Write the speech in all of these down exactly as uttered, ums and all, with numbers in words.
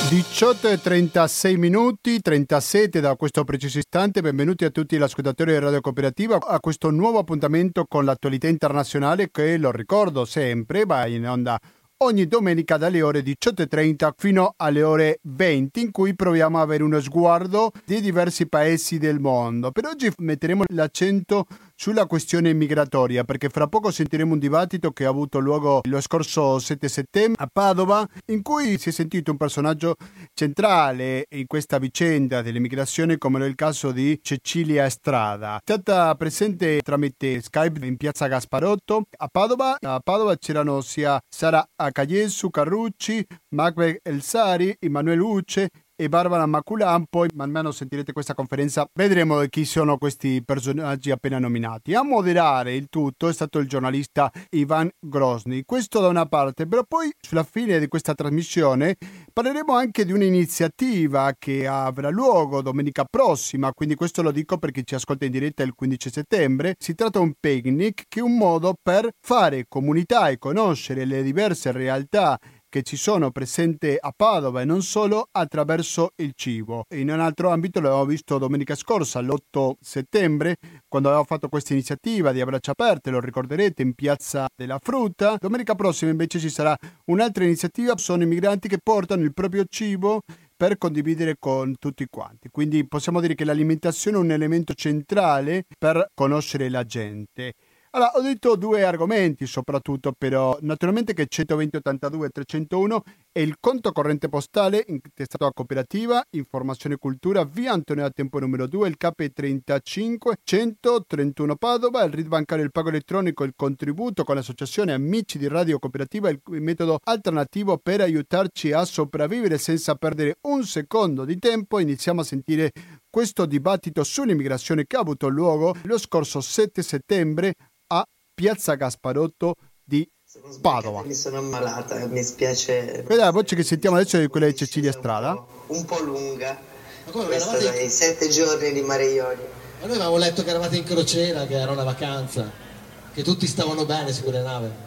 diciotto e trentasei minuti, trentasette da questo preciso istante. Benvenuti a tutti gli ascoltatori di Radio Cooperativa a questo nuovo appuntamento con l'attualità internazionale che, lo ricordo sempre, va in onda ogni domenica dalle ore diciotto e trenta fino alle ore venti, in cui proviamo a avere uno sguardo di diversi paesi del mondo. Per oggi metteremo l'accento sulla questione migratoria, perché fra poco sentiremo un dibattito che ha avuto luogo lo scorso sette settembre a Padova, in cui si è sentito un personaggio centrale in questa vicenda dell'immigrazione, come è il caso di Cecilia Estrada. È stata presente tramite Skype in piazza Gasparotto a Padova. A Padova c'erano sia Sara Cagliesu Carrucci, Macbeth Elsari, Emanuele Ucce e Barbara Maculan. Poi man mano sentirete questa conferenza, vedremo chi sono questi personaggi appena nominati. A moderare il tutto è stato il giornalista Ivan Grozny. Questo da una parte, però poi sulla fine di questa trasmissione parleremo anche di un'iniziativa che avrà luogo domenica prossima, quindi questo lo dico per chi ci ascolta in diretta il quindici settembre. Si tratta di un picnic che è un modo per fare comunità e conoscere le diverse realtà che ci sono presenti a Padova e non solo attraverso il cibo. In un altro ambito l'abbiamo visto domenica scorsa, l'otto settembre, quando avevamo fatto questa iniziativa di A Braccia Aperte, lo ricorderete, in Piazza della Frutta. Domenica prossima invece ci sarà un'altra iniziativa, sono i migranti che portano il proprio cibo per condividere con tutti quanti. Quindi possiamo dire che l'alimentazione è un elemento centrale per conoscere la gente. Allora, ho detto due argomenti soprattutto, però naturalmente che centoventi ottantadue trecentouno è il conto corrente postale intestato a Cooperativa, Informazione e Cultura, via Antonio Tempo numero due, il K trentacinque centotrentuno Padova, il R I D bancario, il pago elettronico, il contributo con l'associazione Amici di Radio Cooperativa, il metodo alternativo per aiutarci a sopravvivere senza perdere un secondo di tempo. Iniziamo a sentire questo dibattito sull'immigrazione che ha avuto luogo lo scorso sette settembre a Piazza Gasparotto di Padova. Mi sono ammalata, mi spiace. Quella è la voce che sentiamo adesso è quella di Cecilia Estrada. Un po', un po' lunga. Ma come Questa eravate... dai sette giorni di Mare Ionio. Ma noi avevamo letto che eravate in crociera, che era una vacanza, che tutti stavano bene su quelle nave.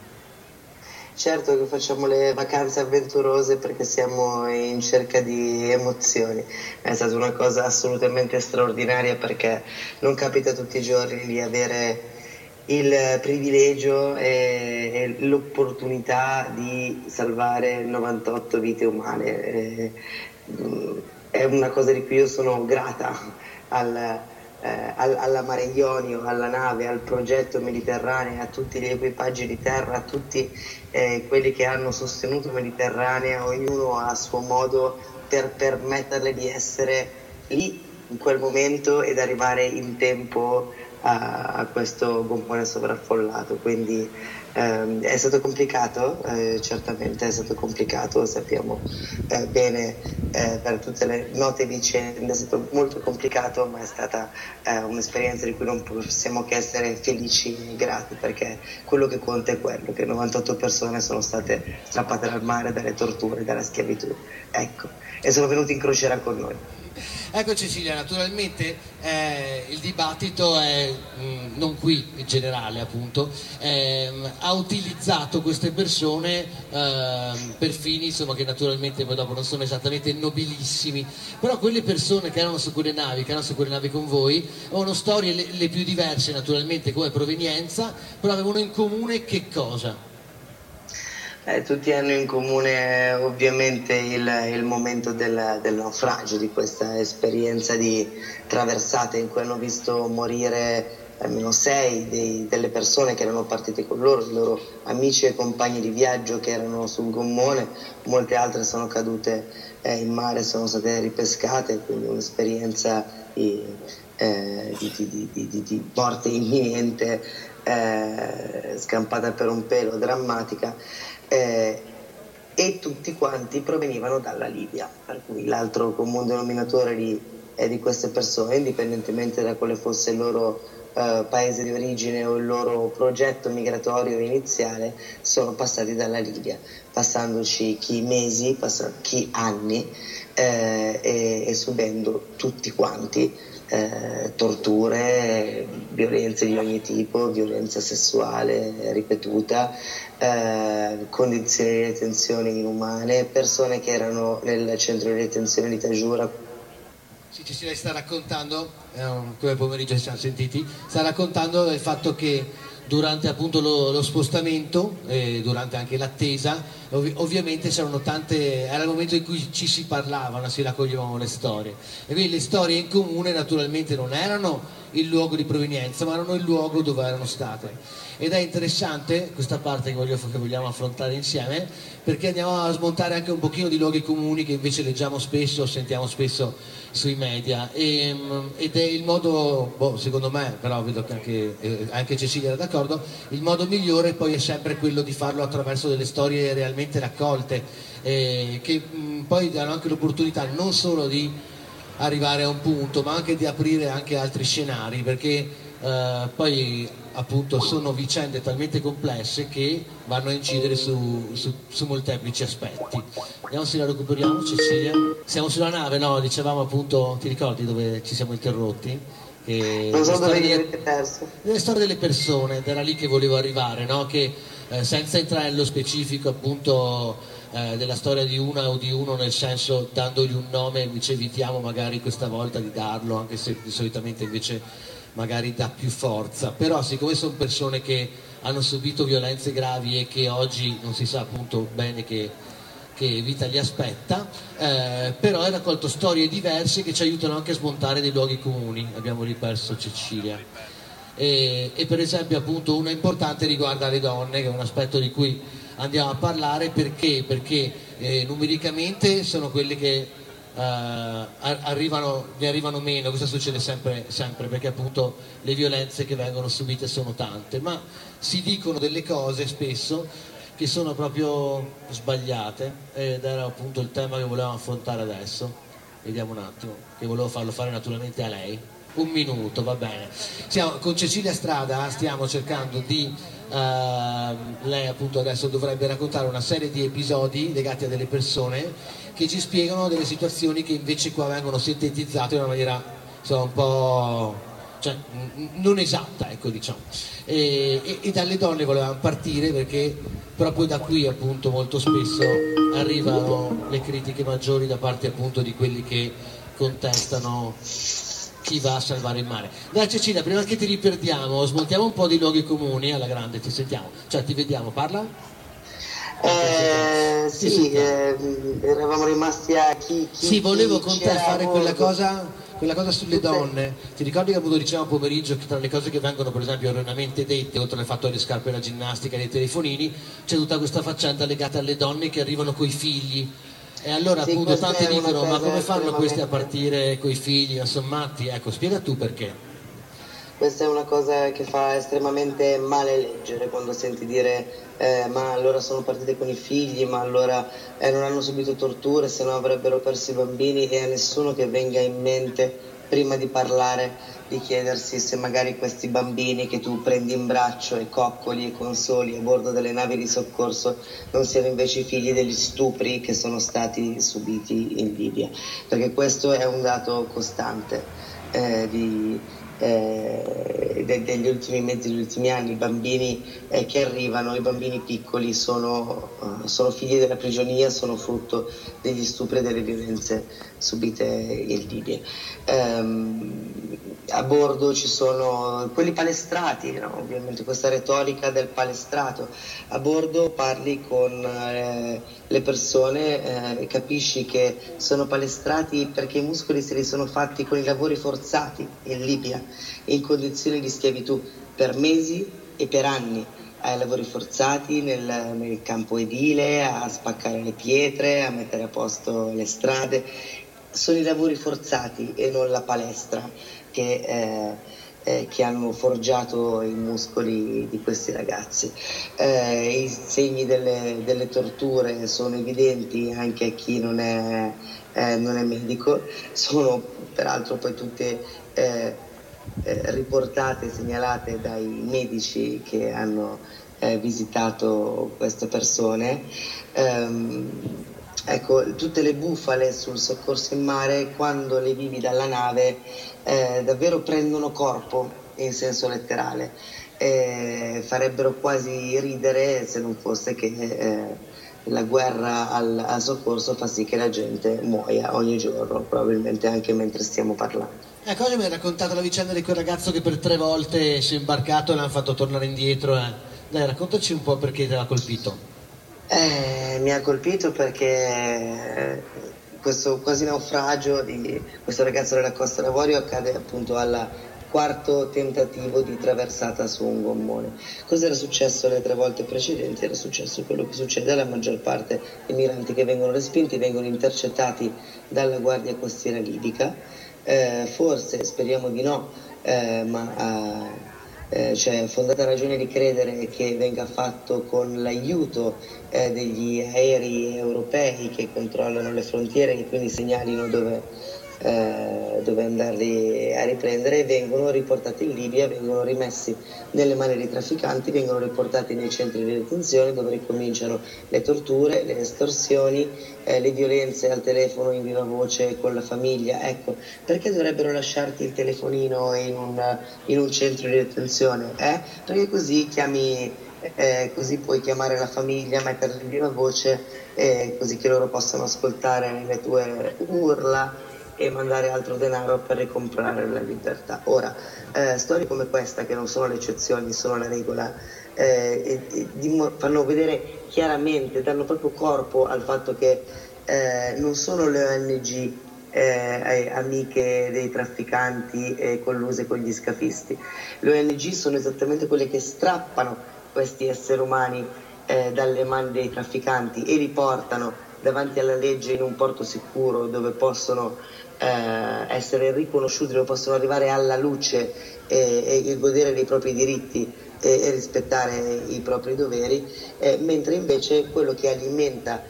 Certo che facciamo le vacanze avventurose perché siamo in cerca di emozioni. È stata una cosa assolutamente straordinaria perché non capita tutti i giorni di avere il privilegio e, e l'opportunità di salvare novantotto vite umane. E, è una cosa di cui io sono grata al, eh, al, alla Mare Ionio, alla nave, al progetto Mediterranea, a tutti gli equipaggi di terra, a tutti eh, quelli che hanno sostenuto Mediterranea, ognuno a suo modo, per permetterle di essere lì in quel momento ed arrivare in tempo a, a questo gommone sovraffollato. Quindi ehm, è stato complicato, eh, certamente è stato complicato, sappiamo eh, bene eh, per tutte le note vicende, è stato molto complicato, ma è stata eh, un'esperienza di cui non possiamo che essere felici e grati, perché quello che conta è quello, che novantotto persone sono state strappate dal mare, dalle torture, dalla schiavitù, ecco, e sono venuti in crociera con noi. Ecco Cecilia, naturalmente eh, il dibattito è, mh, non qui in generale appunto, ehm, ha utilizzato queste persone ehm, per fini insomma, che naturalmente poi dopo non sono esattamente nobilissimi, però quelle persone che erano su quelle navi, che erano su quelle navi con voi, avevano storie le, le più diverse naturalmente come provenienza, però avevano in comune che cosa? Eh, tutti hanno in comune ovviamente il, il momento del, del naufragio, di questa esperienza di traversata in cui hanno visto morire almeno sei dei, delle persone che erano partite con loro, i loro amici e compagni di viaggio che erano sul gommone. Molte altre sono cadute eh, in mare, sono state ripescate, quindi un'esperienza di, eh, di, di, di, di, di morte imminente, eh, scampata per un pelo, drammatica. Eh, e tutti quanti provenivano dalla Libia, per cui l'altro comune denominatore di, eh, di queste persone, indipendentemente da quale fosse il loro eh, paese di origine o il loro progetto migratorio iniziale, sono passati dalla Libia, passandoci chi mesi, pass- chi anni eh, e, e subendo tutti quanti eh, torture, violenze di ogni tipo, violenza sessuale ripetuta, eh, condizioni di detenzione inumane, persone che erano nel centro di detenzione di Tajura. Sì, ci si sta raccontando, eh, come pomeriggio ci siamo sentiti, sta raccontando del fatto che durante appunto lo, lo spostamento e durante anche l'attesa, ov- ovviamente c'erano tante, era il momento in cui ci si parlavano, si raccoglievano le storie. E quindi le storie in comune naturalmente non erano il luogo di provenienza, ma erano il luogo dove erano state. Ed è interessante questa parte che, voglio, che vogliamo affrontare insieme, perché andiamo a smontare anche un pochino di luoghi comuni che invece leggiamo spesso, sentiamo spesso sui media, e, ed è il modo, boh, secondo me, però vedo che anche, eh, anche Cecilia era d'accordo, il modo migliore poi è sempre quello di farlo attraverso delle storie realmente raccolte, eh, che mh, poi danno anche l'opportunità non solo di arrivare a un punto, ma anche di aprire anche altri scenari, perché eh, poi appunto sono vicende talmente complesse che vanno a incidere su, su, su molteplici aspetti. Vediamo se la recuperiamo, Cecilia. Siamo sulla nave, no? Dicevamo appunto, ti ricordi dove ci siamo interrotti? Che Non so dove vi delle, avete perso. le storie delle persone, ed era lì che volevo arrivare, no? Che eh, senza entrare nello specifico appunto eh, della storia di una o di uno, nel senso dandogli un nome, invece evitiamo magari questa volta di darlo, anche se solitamente invece magari dà più forza, però siccome sono persone che hanno subito violenze gravi e che oggi non si sa appunto bene che, che vita li aspetta, eh, però hai raccolto storie diverse che ci aiutano anche a smontare dei luoghi comuni. Abbiamo riperso Cecilia e, e per esempio appunto una importante riguarda le donne, che è un aspetto di cui andiamo a parlare, perché, perché eh, numericamente sono quelle che Uh, arrivano, ne arrivano meno. Questo succede sempre, sempre perché appunto le violenze che vengono subite sono tante, ma si dicono delle cose spesso che sono proprio sbagliate, ed era appunto il tema che volevamo affrontare adesso. Vediamo un attimo, che volevo farlo fare naturalmente a lei. Un minuto, va bene. Siamo, con Cecilia Strada stiamo cercando di uh, lei appunto adesso dovrebbe raccontare una serie di episodi legati a delle persone che ci spiegano delle situazioni che invece qua vengono sintetizzate in una maniera insomma, un po' cioè, non esatta, ecco, diciamo. E, e, e dalle donne volevamo partire perché proprio da qui appunto molto spesso arrivano le critiche maggiori da parte appunto di quelli che contestano chi va a salvare il mare. Dai Cecilia, prima che ti riperdiamo, smontiamo un po' di luoghi comuni alla grande, ti sentiamo, cioè ti vediamo, parla? Eh, sì, eh, eravamo rimasti a chi, chi sì, volevo con te fare quella bordo. cosa, quella cosa sulle donne. Ti ricordi che appunto dicevamo pomeriggio che tra le cose che vengono per esempio erroneamente dette, oltre al fatto delle scarpe da ginnastica e dei telefonini, c'è tutta questa faccenda legata alle donne che arrivano coi figli. E allora Sì, appunto questa tanti è una dicono ma cosa come fanno questi a estremamente- partire coi figli assommati? Ecco, spiega tu perché. Questa è una cosa che fa estremamente male leggere quando senti dire eh, ma allora sono partite con i figli, ma allora eh, non hanno subito torture, se no avrebbero perso i bambini, e a nessuno che venga in mente prima di parlare di chiedersi se magari questi bambini che tu prendi in braccio e coccoli e consoli a bordo delle navi di soccorso non siano invece i figli degli stupri che sono stati subiti in Libia, perché questo è un dato costante eh, di eh, de- degli ultimi mesi, degli ultimi anni. I bambini eh, che arrivano, i bambini piccoli sono, uh, sono figli della prigionia, sono frutto degli stupri e delle violenze subite in Libia. Um, a bordo ci sono quelli palestrati, no? Ovviamente questa retorica del palestrato. A bordo parli con eh, le persone, eh, capisci che sono palestrati perché i muscoli se li sono fatti con i lavori forzati in Libia, in condizioni di schiavitù per mesi e per anni, ai lavori forzati nel, nel campo edile, a spaccare le pietre, a mettere a posto le strade. Sono i lavori forzati e non la palestra che, eh, eh, che hanno forgiato i muscoli di questi ragazzi. Eh, I segni delle, delle torture sono evidenti anche a chi non è, eh, non è medico, sono peraltro poi tutte eh, eh, riportate, segnalate dai medici che hanno eh, visitato queste persone. Ehm, ecco, tutte le bufale sul soccorso in mare, quando le vivi dalla nave, eh, davvero prendono corpo in senso letterale. Eh, farebbero quasi ridere se non fosse che eh, la guerra al, al soccorso fa sì che la gente muoia ogni giorno, probabilmente anche mentre stiamo parlando. Ecco, oggi mi hai raccontato la vicenda di quel ragazzo che per tre volte si è imbarcato e l'hanno fatto tornare indietro. Eh. Dai, raccontaci un po' perché ti ha colpito. Eh, mi ha colpito perché questo quasi naufragio di questo ragazzo della Costa d'Avorio accade appunto al quarto tentativo di traversata su un gommone. Cosa era successo le tre volte precedenti? Era successo quello che succede alla maggior parte dei migranti che vengono respinti, vengono intercettati dalla Guardia Costiera libica. Eh, forse, speriamo di no, eh, ma eh, c'è fondata ragione di credere che venga fatto con l'aiuto eh, degli aerei europei che controllano le frontiere, che quindi segnalino dove, eh, dove andarli a riprendere, vengono riportati in Libia, vengono rimessi nelle mani dei trafficanti, vengono riportati nei centri di detenzione dove ricominciano le torture, le estorsioni, eh, le violenze al telefono in viva voce con la famiglia. Ecco, perché dovrebbero lasciarti il telefonino in un, in un centro di detenzione? Eh? Perché così chiami... Eh, così puoi chiamare la famiglia, metterla in viva voce, eh, così che loro possano ascoltare le tue urla e mandare altro denaro per ricomprare la libertà. Ora, eh, storie come questa, che non sono le eccezioni, sono la regola, eh, e, e dim- fanno vedere chiaramente, danno proprio corpo al fatto che eh, non sono le O N G eh, amiche dei trafficanti e colluse con gli scafisti. Le O N G sono esattamente quelle che strappano questi esseri umani eh, dalle mani dei trafficanti e li portano davanti alla legge in un porto sicuro dove possono eh, essere riconosciuti, dove possono arrivare alla luce e, e godere dei propri diritti e, e rispettare i propri doveri, eh, mentre invece quello che alimenta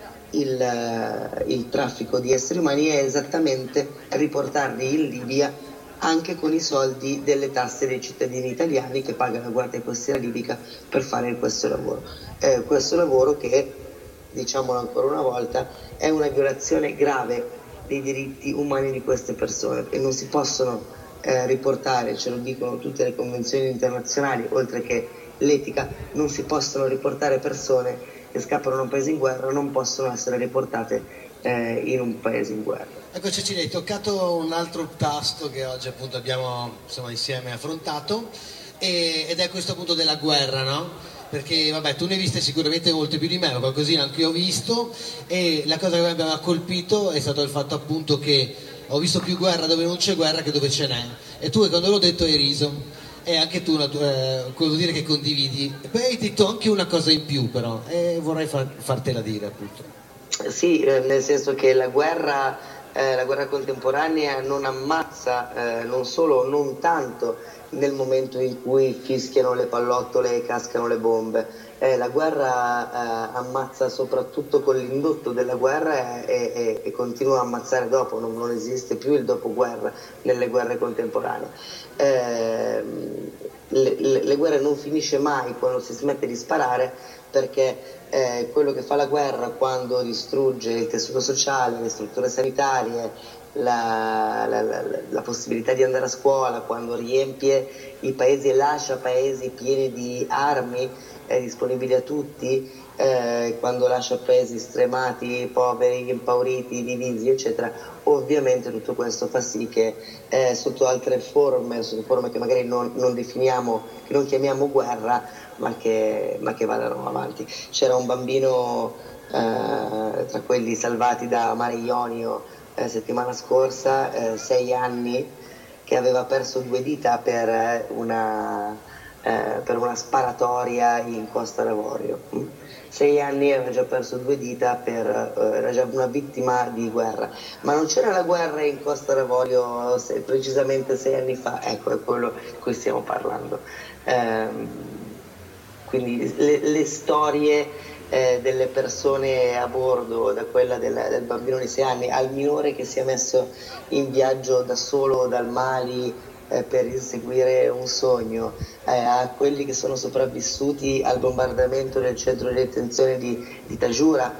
il, il traffico di esseri umani è esattamente riportarli in Libia anche con i soldi delle tasse dei cittadini italiani che paga la Guardia Costiera libica per fare questo lavoro. Eh, questo lavoro che, diciamolo ancora una volta, è una violazione grave dei diritti umani di queste persone e non si possono eh, riportare, ce lo dicono tutte le convenzioni internazionali, oltre che l'etica, non si possono riportare persone che scappano da un paese in guerra, non possono essere riportate eh, in un paese in guerra. Ecco Cecilia, hai toccato un altro tasto che oggi appunto abbiamo insomma, insieme affrontato e, ed è questo appunto della guerra, no? Perché vabbè tu ne hai viste sicuramente molte più di me, ma qualcosina anche io ho visto e la cosa che mi ha colpito è stato il fatto appunto che ho visto più guerra dove non c'è guerra che dove ce n'è e tu quando l'ho detto hai riso e anche tu eh, vuol dire che condividi. Poi hai detto anche una cosa in più però e vorrei far, fartela dire appunto. Sì, eh, nel senso che la guerra Eh, la guerra contemporanea non ammazza, eh, non solo, non tanto nel momento in cui fischiano le pallottole e cascano le bombe, eh, la guerra eh, ammazza soprattutto con l'indotto della guerra e, e, e continua a ammazzare dopo, non, non esiste più il dopoguerra nelle guerre contemporanee. Eh, le, le, le guerre non finisce mai quando si smette di sparare perché Eh, quello che fa la guerra quando distrugge il tessuto sociale, le strutture sanitarie, la, la, la, la possibilità di andare a scuola, quando riempie i paesi e lascia paesi pieni di armi eh, disponibili a tutti, eh, quando lascia paesi stremati, poveri, impauriti, divisi, eccetera, ovviamente tutto questo fa sì che eh, sotto altre forme, sotto forme che magari non, non definiamo, che non chiamiamo guerra, ma che, ma che vadano avanti. C'era un bambino eh, tra quelli salvati da Mare Ionio eh, settimana scorsa, eh, sei anni, che aveva perso due dita per una, eh, per una sparatoria in Costa d'Avorio. Mm? Sei anni aveva già perso due dita, per, eh, era già una vittima di guerra. Ma non c'era la guerra in Costa d'Avorio se, precisamente sei anni fa? Ecco, è quello di cui stiamo parlando. Eh, quindi le, le storie eh, delle persone a bordo, da quella del, del bambino di sei anni al minore che si è messo in viaggio da solo dal Mali eh, per inseguire un sogno, eh, a quelli che sono sopravvissuti al bombardamento del centro di detenzione di, di Tajura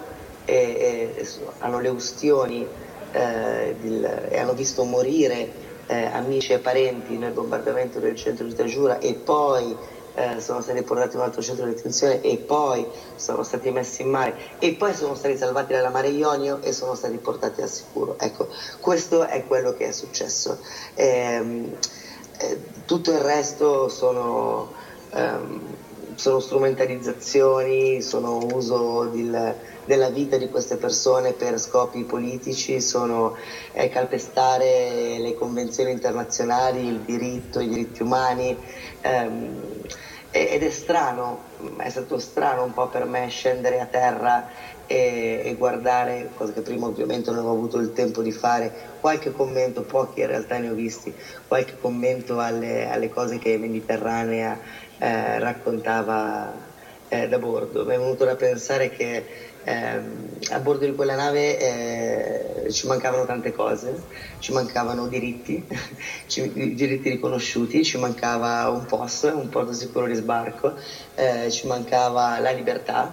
e, e hanno le ustioni eh, del, e hanno visto morire eh, amici e parenti nel bombardamento del centro di Tajura e poi eh, sono stati portati in un altro centro di detenzione e poi sono stati messi in mare e poi sono stati salvati dalla Mare Ionio e sono stati portati al sicuro. Ecco, questo è quello che è successo. Ehm, eh, tutto il resto sono, ehm, sono strumentalizzazioni, sono uso del, della vita di queste persone per scopi politici, sono eh, calpestare le convenzioni internazionali, il diritto, i diritti umani. Ehm, ed è strano, è stato strano un po' per me scendere a terra e, e guardare, cosa che prima ovviamente non avevo avuto il tempo di fare, qualche commento, pochi in realtà ne ho visti, qualche commento alle, alle cose che Mediterranea eh, raccontava eh, da bordo. Mi è venuto da pensare che Eh, a bordo di quella nave eh, ci mancavano tante cose, ci mancavano diritti, ci, diritti riconosciuti, ci mancava un posto, un porto sicuro di sbarco, eh, ci mancava la libertà,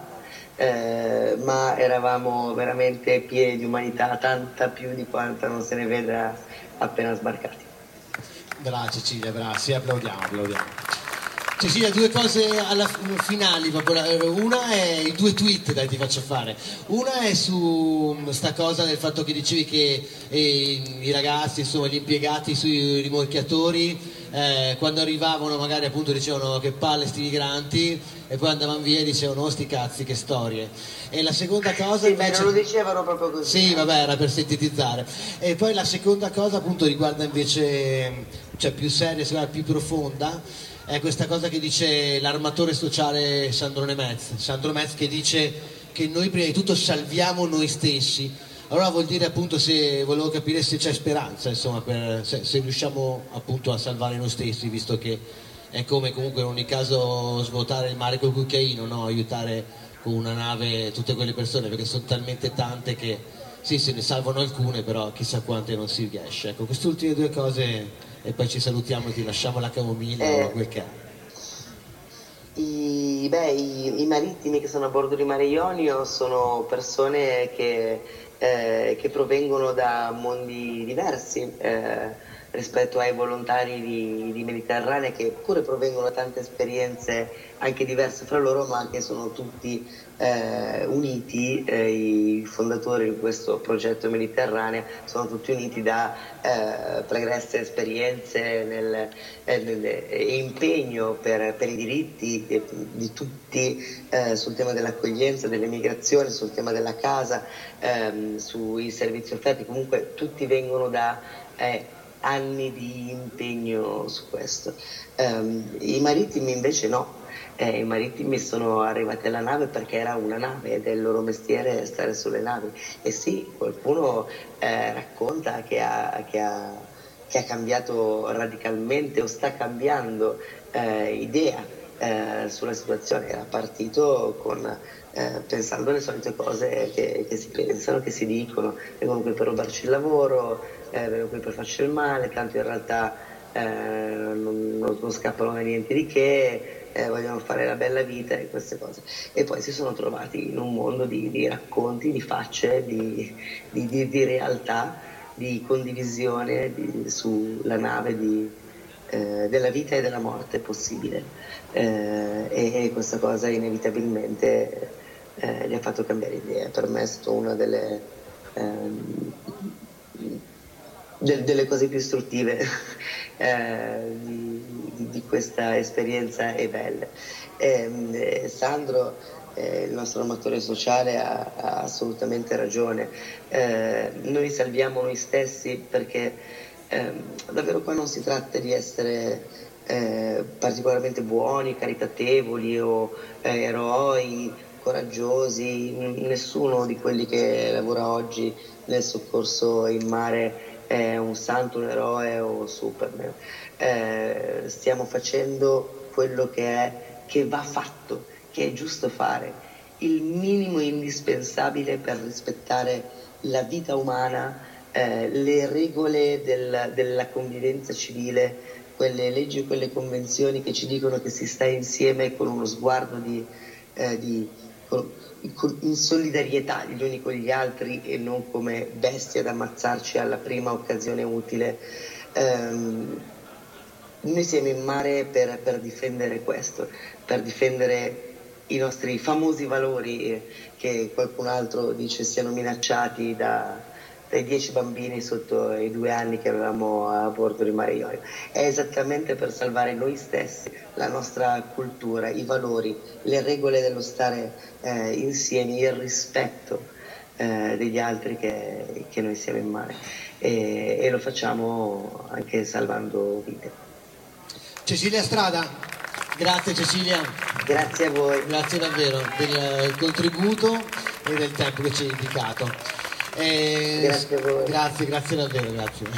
eh, ma eravamo veramente pieni di umanità, tanta più di quanta non se ne veda appena sbarcati. Brava Cecilia, brava, sì, applaudiamo, applaudiamo. Cecilia, due cose alla finali, una è i due tweet, dai, ti faccio fare. Una è su sta cosa del fatto che dicevi che eh, i ragazzi, insomma gli impiegati sui rimorchiatori eh, quando arrivavano magari appunto dicevano che palle sti migranti e poi andavano via e dicevano oh sti cazzi che storie. E la seconda cosa sì, invece... beh, non lo dicevano proprio così. Sì, vabbè, era per sintetizzare. E poi la seconda cosa appunto riguarda invece, cioè più seria, più profonda, è questa cosa che dice l'armatore sociale Sandrone Metz, Sandro Metz che dice che noi prima di tutto salviamo noi stessi. Allora vuol dire appunto, se volevo capire se c'è speranza, insomma, per, se, se riusciamo appunto a salvare noi stessi, visto che è come comunque in ogni caso svuotare il mare col cucchiaino, no? Aiutare con una nave tutte quelle persone, perché sono talmente tante che sì, se ne salvano alcune, però chissà quante non si riesce. Ecco, queste ultime due cose e poi ci salutiamo e ti lasciamo la camomilla eh, o quel che è. I, beh, i, i marittimi che sono a bordo di Mare Ionio sono persone che, eh, che provengono da mondi diversi eh, rispetto ai volontari di, di Mediterranea, che pure provengono da tante esperienze anche diverse fra loro, ma che sono tutti eh, uniti, eh, i fondatori di questo progetto Mediterranea sono tutti uniti da eh, pregresse esperienze nel, eh, nel, e impegno per, per i diritti di, di tutti eh, sul tema dell'accoglienza, dell'emigrazione, sul tema della casa, ehm, sui servizi offerti. Comunque tutti vengono da eh, anni di impegno su questo. Um, i marittimi invece no. Eh, I marittimi sono arrivati alla nave perché era una nave ed è il loro mestiere stare sulle navi. E sì, qualcuno eh, racconta che ha, che, ha, che ha cambiato radicalmente o sta cambiando eh, idea eh, sulla situazione. Era partito con, eh, pensando alle solite cose che, che si pensano, che si dicono: vengono qui per rubarci il lavoro, eh, vengono qui per farci il male, tanto in realtà eh, non, non scappano da niente di che. Eh, vogliono fare la bella vita e queste cose, e poi si sono trovati in un mondo di, di racconti, di facce, di, di, di, di realtà, di condivisione di, sulla nave di, eh, della vita e della morte possibile, eh, e, e questa cosa inevitabilmente eh, gli ha fatto cambiare idea. Per me è stata una delle, ehm, de, delle cose più istruttive eh, di, di, di questa esperienza e belle. Eh, Sandro, eh, il nostro armatore sociale, ha, ha assolutamente ragione. Eh, noi salviamo noi stessi perché eh, davvero qua non si tratta di essere eh, particolarmente buoni, caritatevoli o eh, eroi coraggiosi. Nessuno di quelli che lavora oggi nel soccorso in mare è un santo, un eroe o Superman. Eh, stiamo facendo quello che è, che va fatto, che è giusto fare, il minimo indispensabile per rispettare la vita umana, eh, le regole del, della convivenza civile, quelle leggi e quelle convenzioni che ci dicono che si sta insieme con uno sguardo di, eh, di con, in solidarietà gli uni con gli altri e non come bestie ad ammazzarci alla prima occasione utile. Um, noi siamo in mare per, per difendere questo, per difendere i nostri famosi valori che qualcun altro dice siano minacciati da, dai dieci bambini sotto i due anni che avevamo a bordo di Mare Ionio. È esattamente per salvare noi stessi, la nostra cultura, i valori, le regole dello stare eh, insieme, il rispetto eh, degli altri che, che noi siamo in mare e, e lo facciamo anche salvando vite. Cecilia Strada, grazie Cecilia. Grazie a voi. Grazie davvero del contributo e del tempo che ci hai dedicato. Eh, grazie a voi. Grazie, grazie davvero, grazie.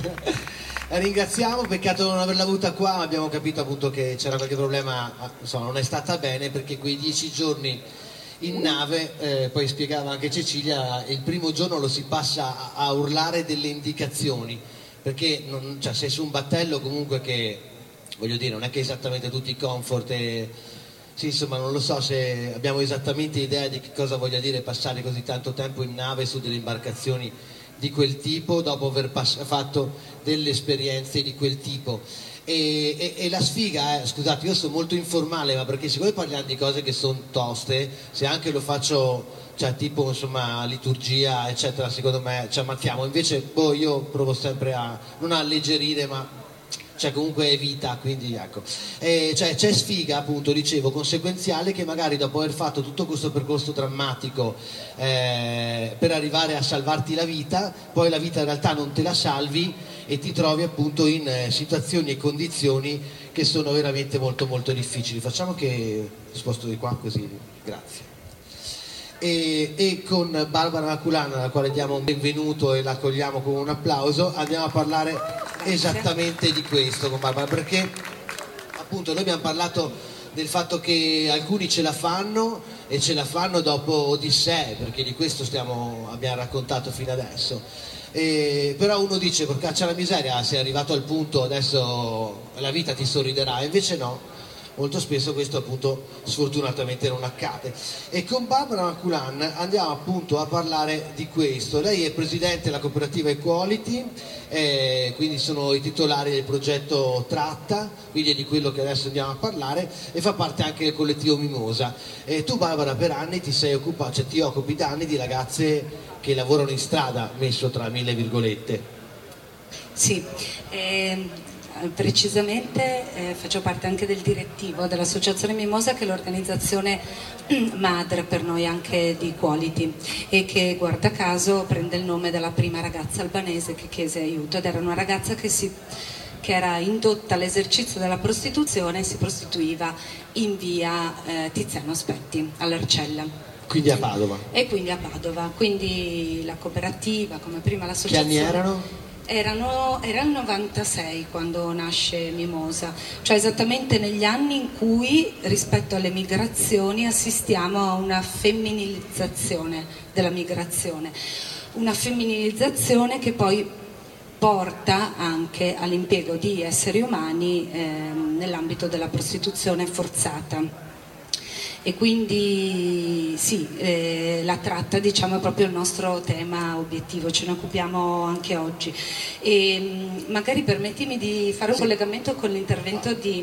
La ringraziamo, peccato non averla avuta qua, ma abbiamo capito appunto che c'era qualche problema, insomma non è stata bene perché quei dieci giorni in nave, eh, poi spiegava anche Cecilia, il primo giorno lo si passa a, a urlare delle indicazioni, perché non, cioè, sei su un battello comunque che, voglio dire, non è che esattamente tutti i comfort e sì, insomma non lo so se abbiamo esattamente idea di che cosa voglia dire passare così tanto tempo in nave su delle imbarcazioni di quel tipo dopo aver pass- fatto delle esperienze di quel tipo e, e, e la sfiga, eh, scusate, io sono molto informale, ma perché siccome parliamo di cose che sono toste, se anche lo faccio, cioè tipo insomma liturgia eccetera, secondo me ci ammazziamo, invece boh, io provo sempre a non alleggerire, ma cioè comunque è vita, quindi ecco. E cioè, c'è sfiga, appunto, dicevo, conseguenziale che magari dopo aver fatto tutto questo percorso drammatico eh, per arrivare a salvarti la vita, poi la vita in realtà non te la salvi e ti trovi appunto in eh, situazioni e condizioni che sono veramente molto molto difficili. Facciamo che sposto di qua così, grazie. E, e con Barbara Maculana, alla quale diamo un benvenuto e la accogliamo con un applauso, andiamo a parlare esattamente di questo con Barbara, perché appunto noi abbiamo parlato del fatto che alcuni ce la fanno e ce la fanno dopo Odissee, perché di questo stiamo, abbiamo raccontato fino adesso, e, però uno dice porcaccia la miseria, sei arrivato al punto, adesso la vita ti sorriderà, invece no. Molto spesso questo appunto sfortunatamente non accade. E con Barbara Maculan andiamo appunto a parlare di questo. Lei è presidente della cooperativa Equality, eh, quindi sono i titolari del progetto Tratta, quindi è di quello che adesso andiamo a parlare, e fa parte anche del collettivo Mimosa. E tu Barbara per anni ti sei occupata, cioè ti occupi da anni di ragazze che lavorano in strada, messo tra mille virgolette. Sì, ehm... precisamente eh, faccio parte anche del direttivo dell'Associazione Mimosa, che è l'organizzazione madre per noi anche di Equality e che guarda caso prende il nome dalla prima ragazza albanese che chiese aiuto, ed era una ragazza che, si, che era indotta all'esercizio della prostituzione e si prostituiva in via eh, Tiziano Aspetti all'Arcella. Quindi a Padova. E quindi a Padova, quindi la cooperativa come prima l'associazione. Che anni erano? Erano, era il novantasei quando nasce Mimosa, cioè esattamente negli anni in cui rispetto alle migrazioni assistiamo a una femminilizzazione della migrazione, una femminilizzazione che poi porta anche all'impiego di esseri umani eh, nell'ambito della prostituzione forzata. E quindi sì, eh, la tratta diciamo è proprio il nostro tema obiettivo, ce ne occupiamo anche oggi. E magari permettimi di fare un sì. collegamento con l'intervento di,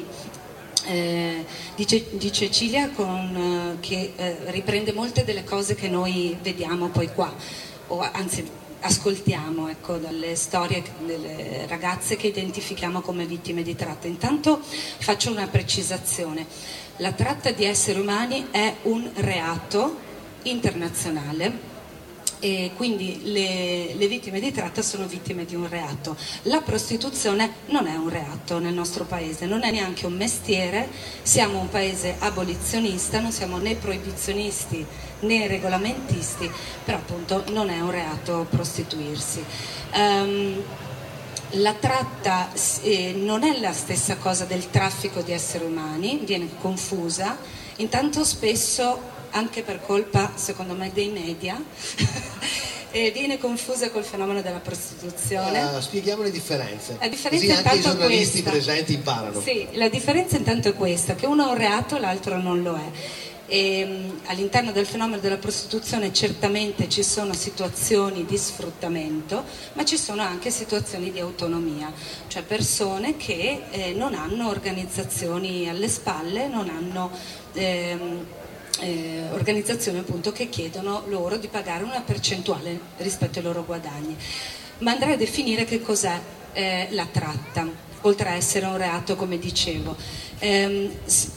eh, di, Ce- di Cecilia con, eh, che eh, riprende molte delle cose che noi vediamo poi qua, o anzi ascoltiamo, ecco, dalle storie delle ragazze che identifichiamo come vittime di tratta. Intanto faccio una precisazione: la tratta di esseri umani è un reato internazionale e quindi le, le vittime di tratta sono vittime di un reato. La prostituzione non è un reato nel nostro paese, non è neanche un mestiere, siamo un paese abolizionista, non siamo né proibizionisti né regolamentisti, però appunto non è un reato prostituirsi. Um, La tratta eh, non è la stessa cosa del traffico di esseri umani, viene confusa, intanto spesso anche per colpa secondo me dei media e viene confusa col fenomeno della prostituzione. Uh, spieghiamo le differenze. La differenza Così anche i giornalisti questa. presenti imparano. Sì, la differenza intanto è questa, che uno è un reato, l'altro non lo è. E, um, all'interno del fenomeno della prostituzione certamente ci sono situazioni di sfruttamento, ma ci sono anche situazioni di autonomia, cioè persone che eh, non hanno organizzazioni alle spalle, non hanno ehm, eh, organizzazioni appunto che chiedono loro di pagare una percentuale rispetto ai loro guadagni. Ma andrei a definire che cos'è eh, la tratta, oltre a essere un reato, come dicevo. Ehm,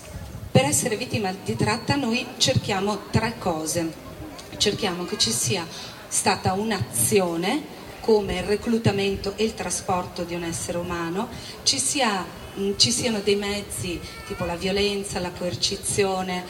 Per essere vittima di tratta noi cerchiamo tre cose. Cerchiamo che ci sia stata un'azione, come il reclutamento e il trasporto di un essere umano, ci, sia, mh, ci siano dei mezzi tipo la violenza, la coercizione,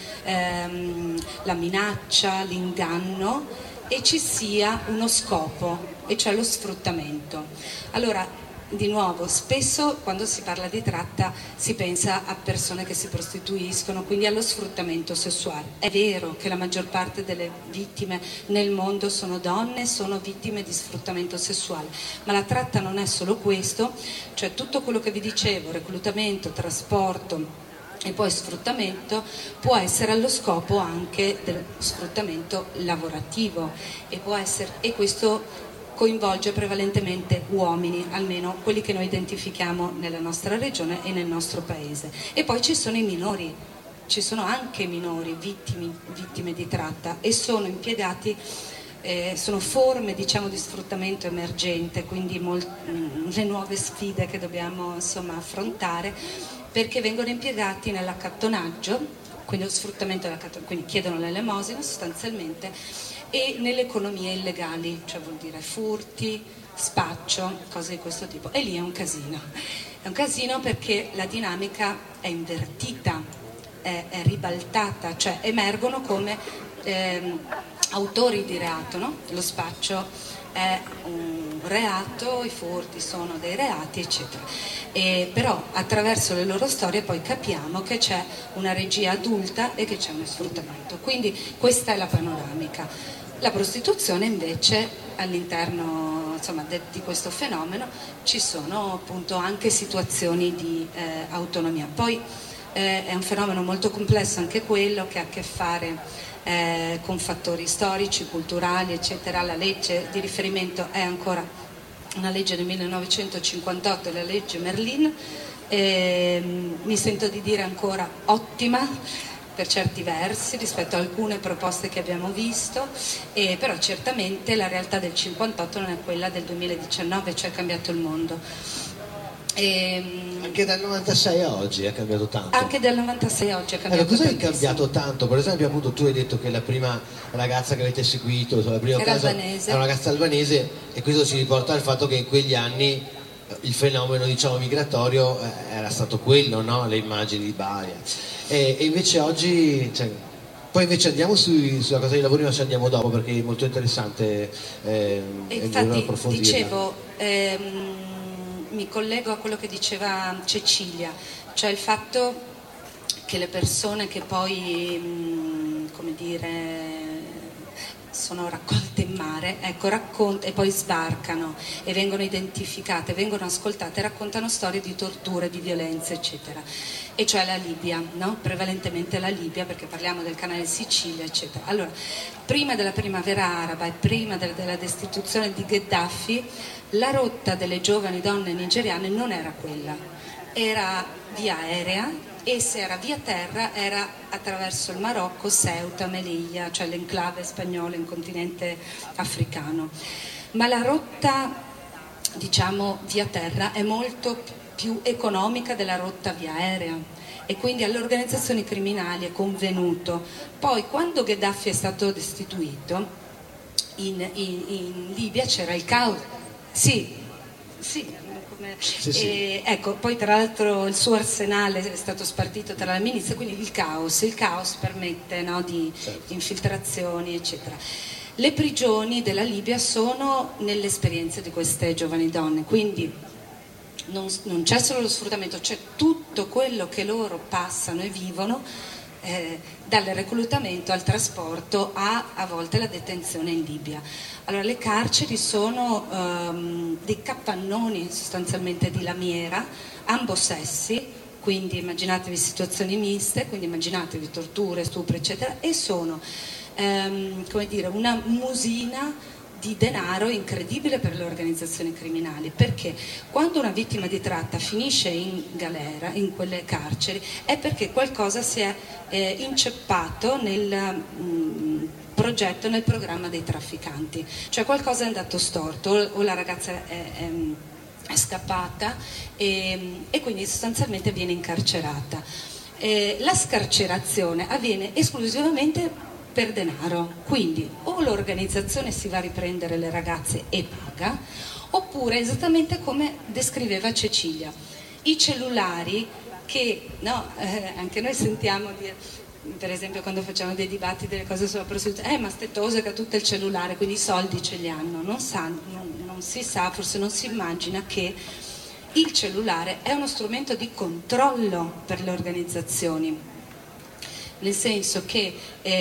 ehm, la minaccia, l'inganno, e ci sia uno scopo, e cioè lo sfruttamento. Allora, di nuovo, spesso quando si parla di tratta si pensa a persone che si prostituiscono, quindi allo sfruttamento sessuale. È vero che la maggior parte delle vittime nel mondo sono donne, sono vittime di sfruttamento sessuale, ma la tratta non è solo questo, cioè tutto quello che vi dicevo, reclutamento, trasporto e poi sfruttamento, può essere allo scopo anche dello sfruttamento lavorativo e può essere, e questo coinvolge prevalentemente uomini, almeno quelli che noi identifichiamo nella nostra regione e nel nostro paese. E poi ci sono i minori, ci sono anche minori vittime, vittime di tratta, e sono impiegati, eh, sono forme diciamo di sfruttamento emergente, quindi molt, mh, le nuove sfide che dobbiamo insomma affrontare, perché vengono impiegati nell'accattonaggio, quindi lo sfruttamento dell'accattonaggio, quindi chiedono l'elemosina sostanzialmente, e nelle economie illegali, cioè vuol dire furti, spaccio, cose di questo tipo. E lì è un casino. È un casino perché la dinamica è invertita, è, è ribaltata, cioè emergono come ehm, autori di reato, no? Lo spaccio è un reato, i furti sono dei reati, eccetera. E però attraverso le loro storie poi capiamo che c'è una regia adulta e che c'è uno sfruttamento. Quindi questa è la panoramica. La prostituzione invece all'interno insomma, de, di questo fenomeno ci sono appunto anche situazioni di eh, autonomia. Poi eh, è un fenomeno molto complesso anche quello, che ha a che fare eh, con fattori storici, culturali, eccetera. La legge di riferimento è ancora una legge del millenovecentocinquantotto, la legge Merlin, eh, mi sento di dire ancora ottima per certi versi rispetto a alcune proposte che abbiamo visto, eh, però certamente la realtà del cinquantotto non è quella del duemiladiciannove, cioè è cambiato il mondo. E, anche dal novantasei a oggi è cambiato tanto. Anche dal novantasei a oggi è cambiato allora, tantissimo. Cos'è cambiato tanto? Per esempio appunto tu hai detto che la prima ragazza che avete seguito, la prima era casa, albanese. era una ragazza albanese, e questo ci riporta al fatto che in quegli anni il fenomeno diciamo migratorio era stato quello, no? Le immagini di Bari, e, e invece oggi cioè, poi invece andiamo sui, sulla cosa dei lavori, ma ci andiamo dopo perché è molto interessante eh, e infatti approfondirla. Dicevo ehm, mi collego a quello che diceva Cecilia, cioè il fatto che le persone che poi mh, come dire sono raccolte in mare, ecco, raccont- e poi sbarcano e vengono identificate, vengono ascoltate, raccontano storie di torture, di violenze, eccetera. E cioè la Libia, no? Prevalentemente la Libia, perché parliamo del canale Sicilia, eccetera. Allora, prima della primavera araba e prima de- della destituzione di Gheddafi, la rotta delle giovani donne nigeriane non era quella, era via aerea, e se era via terra era attraverso il Marocco, Ceuta, Melilla, cioè l'enclave spagnola in continente africano. Ma la rotta, diciamo, via terra è molto più economica della rotta via aerea, e quindi alle organizzazioni criminali è convenuto. Poi quando Gheddafi è stato destituito in, in, in Libia c'era il caos. Sì, sì. Sì, sì. E, ecco, poi tra l'altro il suo arsenale è stato spartito tra le milizie, quindi il caos, il caos permette, no, di, certo. di infiltrazioni, eccetera. Le prigioni della Libia sono nelle esperienze di queste giovani donne, quindi non, non c'è solo lo sfruttamento, c'è tutto quello che loro passano e vivono eh, dal reclutamento al trasporto a a volte la detenzione in Libia. Allora, le carceri sono ehm, dei capannoni sostanzialmente di lamiera, ambo sessi, quindi immaginatevi situazioni miste, quindi immaginatevi torture, stupri, eccetera, e sono ehm, come dire, una musina di denaro incredibile per le organizzazioni criminali, perché quando una vittima di tratta finisce in galera, in quelle carceri, è perché qualcosa si è eh, inceppato nel mh, progetto, nel programma dei trafficanti, cioè qualcosa è andato storto, o la ragazza è, è, è scappata e, e quindi sostanzialmente viene incarcerata. Eh, la scarcerazione avviene esclusivamente per denaro, quindi o l'organizzazione si va a riprendere le ragazze e paga, oppure esattamente come descriveva Cecilia, i cellulari che no, eh, anche noi sentiamo dire, per esempio quando facciamo dei dibattiti delle cose sulla prostituzione, eh ma ste tose che ha tutto il cellulare, quindi i soldi ce li hanno, non, sa, non, non si sa, forse non si immagina che il cellulare è uno strumento di controllo per le organizzazioni, nel senso che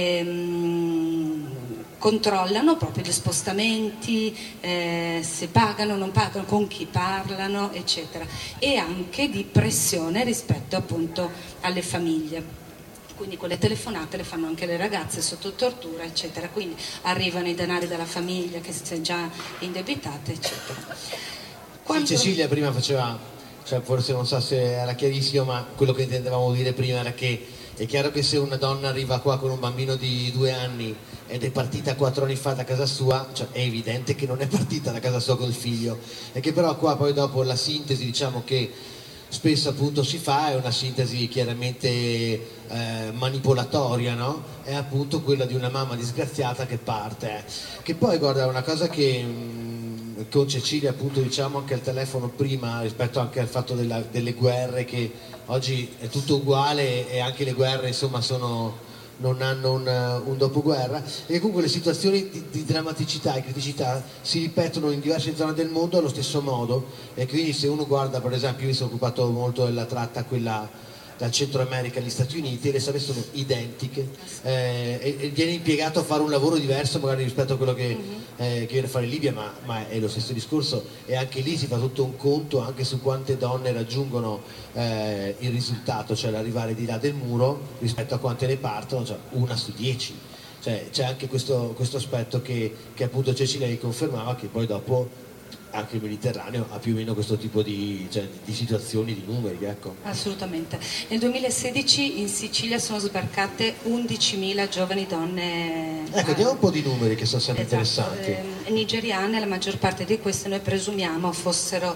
ehm, controllano proprio gli spostamenti, eh, se pagano, non pagano, con chi parlano, eccetera, e anche di pressione rispetto appunto alle famiglie. Quindi quelle telefonate le fanno anche le ragazze sotto tortura, eccetera, quindi arrivano i denari della famiglia che si è già indebitate, eccetera. Quando... Sì, Cecilia prima faceva, cioè forse non so se era chiarissimo, ma quello che intendevamo dire prima era che è chiaro che se una donna arriva qua con un bambino di due anni ed è partita quattro anni fa da casa sua, cioè è evidente che non è partita da casa sua col figlio, e che però qua poi dopo la sintesi, diciamo, che spesso appunto si fa è una sintesi chiaramente eh, manipolatoria, no? È appunto quella di una mamma disgraziata che parte, che poi guarda una cosa che mh, con Cecilia appunto diciamo anche al telefono prima rispetto anche al fatto della, delle guerre, che oggi è tutto uguale e anche le guerre insomma sono, non hanno un, un dopoguerra, e comunque le situazioni di, di drammaticità e criticità si ripetono in diverse zone del mondo allo stesso modo, e quindi se uno guarda, per esempio, io mi sono occupato molto della tratta quella dal Centro America agli Stati Uniti, e le storie sono identiche, eh, e, e viene impiegato a fare un lavoro diverso magari rispetto a quello che, eh, che viene a fare in Libia, ma, ma è lo stesso discorso, e anche lì si fa tutto un conto anche su quante donne raggiungono eh, il risultato, cioè l'arrivare di là del muro, rispetto a quante ne partono, cioè una su dieci. Cioè, c'è anche questo, questo aspetto che, che appunto Cecilia riconfermava, che poi dopo anche il Mediterraneo ha più o meno questo tipo di, cioè, di situazioni, di numeri, ecco. Assolutamente. Nel duemilasedici in Sicilia sono sbarcate undicimila giovani donne. Ecco, diamo un po' di numeri che sono sempre esatto, interessanti. Eh, nigeriane, la maggior parte di queste noi presumiamo fossero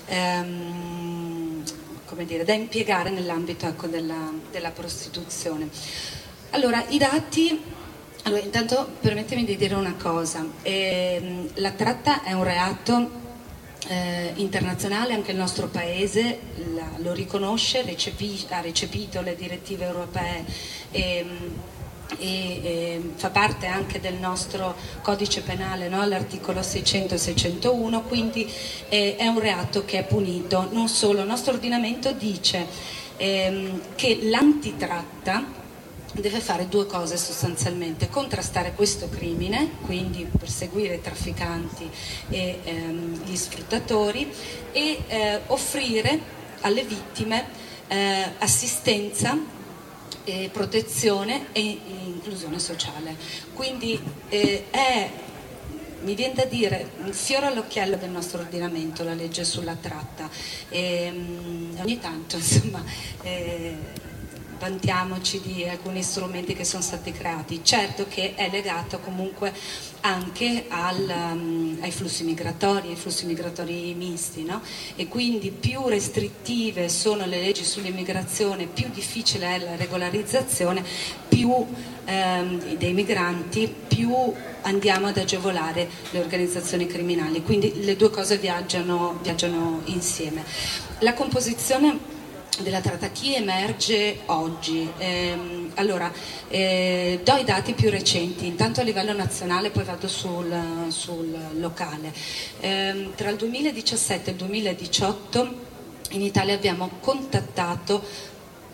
ehm, come dire, da impiegare nell'ambito, ecco, della, della prostituzione. Allora, i dati... Allora, intanto permettimi di dire una cosa, eh, la tratta è un reato eh, internazionale, anche il nostro paese la, lo riconosce, recepi, ha recepito le direttive europee e, e, e fa parte anche del nostro codice penale, no? L'articolo seicento e seicentouno, quindi eh, è un reato che è punito. Non solo, il nostro ordinamento dice eh, che l'antitratta deve fare due cose sostanzialmente: contrastare questo crimine, quindi perseguire i trafficanti e ehm, gli sfruttatori, e eh, offrire alle vittime eh, assistenza, e protezione e inclusione sociale. Quindi eh, è, mi viene da dire, un fiore all'occhiello del nostro ordinamento la legge sulla tratta, e um, ogni tanto insomma eh, vantiamoci di alcuni strumenti che sono stati creati. Certo che è legato comunque anche al, um, ai flussi migratori, ai flussi migratori misti, no? E quindi più restrittive sono le leggi sull'immigrazione, più difficile è la regolarizzazione, più ehm, dei migranti, più andiamo ad agevolare le organizzazioni criminali. Quindi le due cose viaggiano, viaggiano insieme. La composizione della tratta, chi emerge oggi? Eh, allora, eh, do i dati più recenti, intanto a livello nazionale, poi vado sul, sul locale. Eh, tra il duemiladiciassette e il duemiladiciotto in Italia abbiamo contattato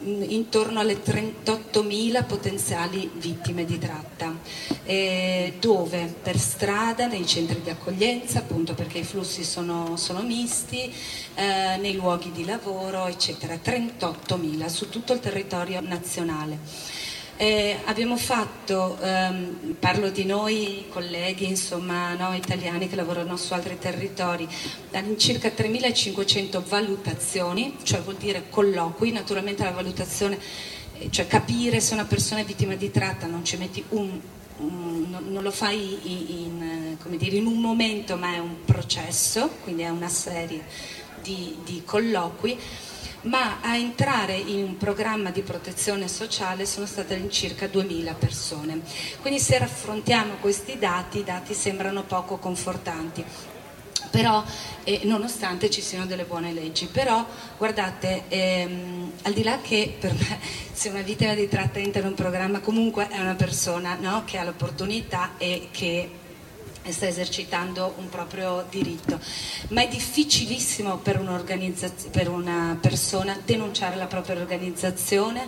intorno alle trentottomila potenziali vittime di tratta, eh, dove per strada, nei centri di accoglienza, appunto perché i flussi sono, sono misti, eh, nei luoghi di lavoro, eccetera, trentottomila su tutto il territorio nazionale. Eh, abbiamo fatto, ehm, parlo di noi colleghi, insomma, no, italiani che lavorano su altri territori, circa tremilacinquecento valutazioni, cioè vuol dire colloqui. Naturalmente la valutazione, cioè capire se una persona è vittima di tratta, non ci metti un, un non, non lo fai in, in, come dire, in un momento, ma è un processo, quindi è una serie di, di colloqui. Ma a entrare in un programma di protezione sociale sono state all'incirca duemila persone. Quindi se raffrontiamo questi dati, i dati sembrano poco confortanti, però eh, nonostante ci siano delle buone leggi. Però guardate, ehm, al di là che per me se una vittima di tratta entra in un programma, comunque è una persona, no, che ha l'opportunità e che sta esercitando un proprio diritto, ma è difficilissimo per, per una persona denunciare la propria organizzazione,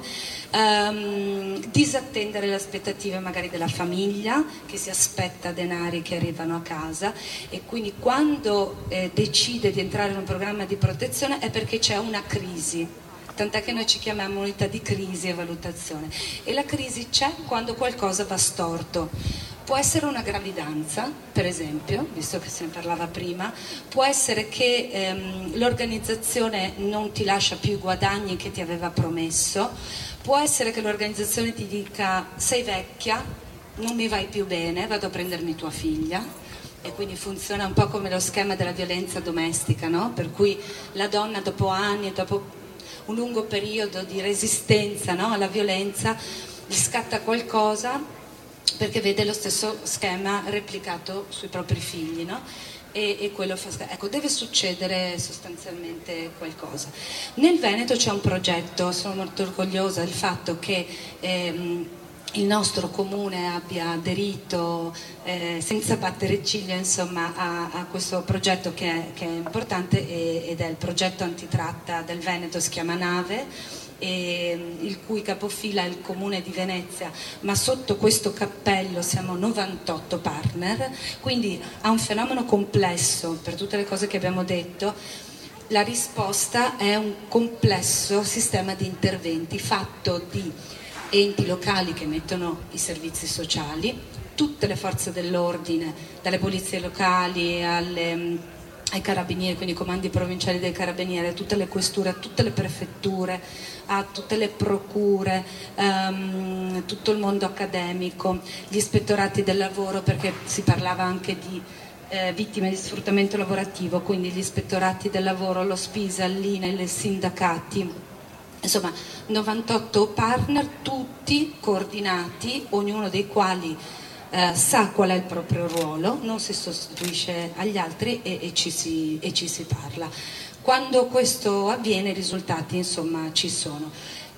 ehm, disattendere le aspettative magari della famiglia che si aspetta denari che arrivano a casa, e quindi quando eh, decide di entrare in un programma di protezione è perché c'è una crisi. Tant'è che noi ci chiamiamo unità di crisi e valutazione, e la crisi c'è quando qualcosa va storto. Può essere una gravidanza, per esempio, visto che se ne parlava prima, può essere che ehm, l'organizzazione non ti lascia più i guadagni che ti aveva promesso, può essere che l'organizzazione ti dica sei vecchia, non mi vai più bene, vado a prendermi tua figlia. E quindi funziona un po' come lo schema della violenza domestica, no? Per cui la donna dopo anni, dopo un lungo periodo di resistenza, no, alla violenza, gli scatta qualcosa perché vede lo stesso schema replicato sui propri figli, no? E, e quello fa, ecco, deve succedere sostanzialmente qualcosa. Nel Veneto c'è un progetto, sono molto orgogliosa del fatto che ehm, il nostro comune abbia aderito eh, senza battere ciglio, insomma, a, a questo progetto che è, che è importante, e, ed è il progetto antitratta del Veneto, si chiama Nave, e, il cui capofila è il Comune di Venezia, ma sotto questo cappello siamo novantotto partner, quindi a un fenomeno complesso per tutte le cose che abbiamo detto. La risposta è un complesso sistema di interventi fatto di enti locali che mettono i servizi sociali, tutte le forze dell'ordine, dalle polizie locali alle, ai carabinieri, quindi i comandi provinciali dei carabinieri, a tutte le questure, a tutte le prefetture, a tutte le procure, um, tutto il mondo accademico, gli ispettorati del lavoro, perché si parlava anche di eh, vittime di sfruttamento lavorativo, quindi gli ispettorati del lavoro, lo SPISA, l'I N E L, i sindacati. Insomma, novantotto partner, tutti coordinati, ognuno dei quali eh, sa qual è il proprio ruolo, non si sostituisce agli altri e, e, ci si, e ci si parla. Quando questo avviene, i risultati, insomma, ci sono.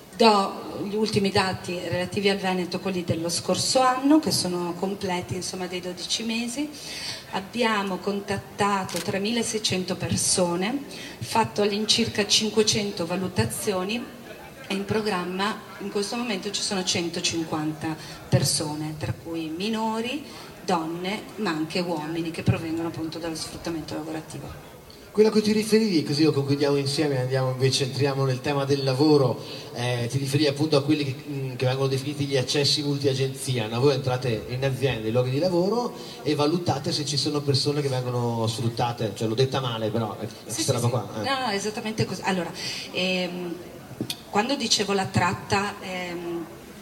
Do gli ultimi dati relativi al Veneto, quelli dello scorso anno, che sono completi, insomma, dei dodici mesi. Abbiamo contattato tremilaseicento persone, fatto all'incirca cinquecento valutazioni, e in programma in questo momento ci sono centocinquanta persone, tra cui minori, donne, ma anche uomini che provengono appunto dallo sfruttamento lavorativo. Quello a cui ti riferivi, così lo concludiamo insieme, andiamo invece, entriamo nel tema del lavoro, eh, ti riferivi appunto a quelli che, mh, che vengono definiti gli accessi multiagenzia, no? Voi entrate in aziende, in luoghi di lavoro e valutate se ci sono persone che vengono sfruttate, cioè l'ho detta male, però è sì, questa sì, roba sì. qua. Eh. No, no, esattamente così. Allora, ehm, quando dicevo la tratta, ehm,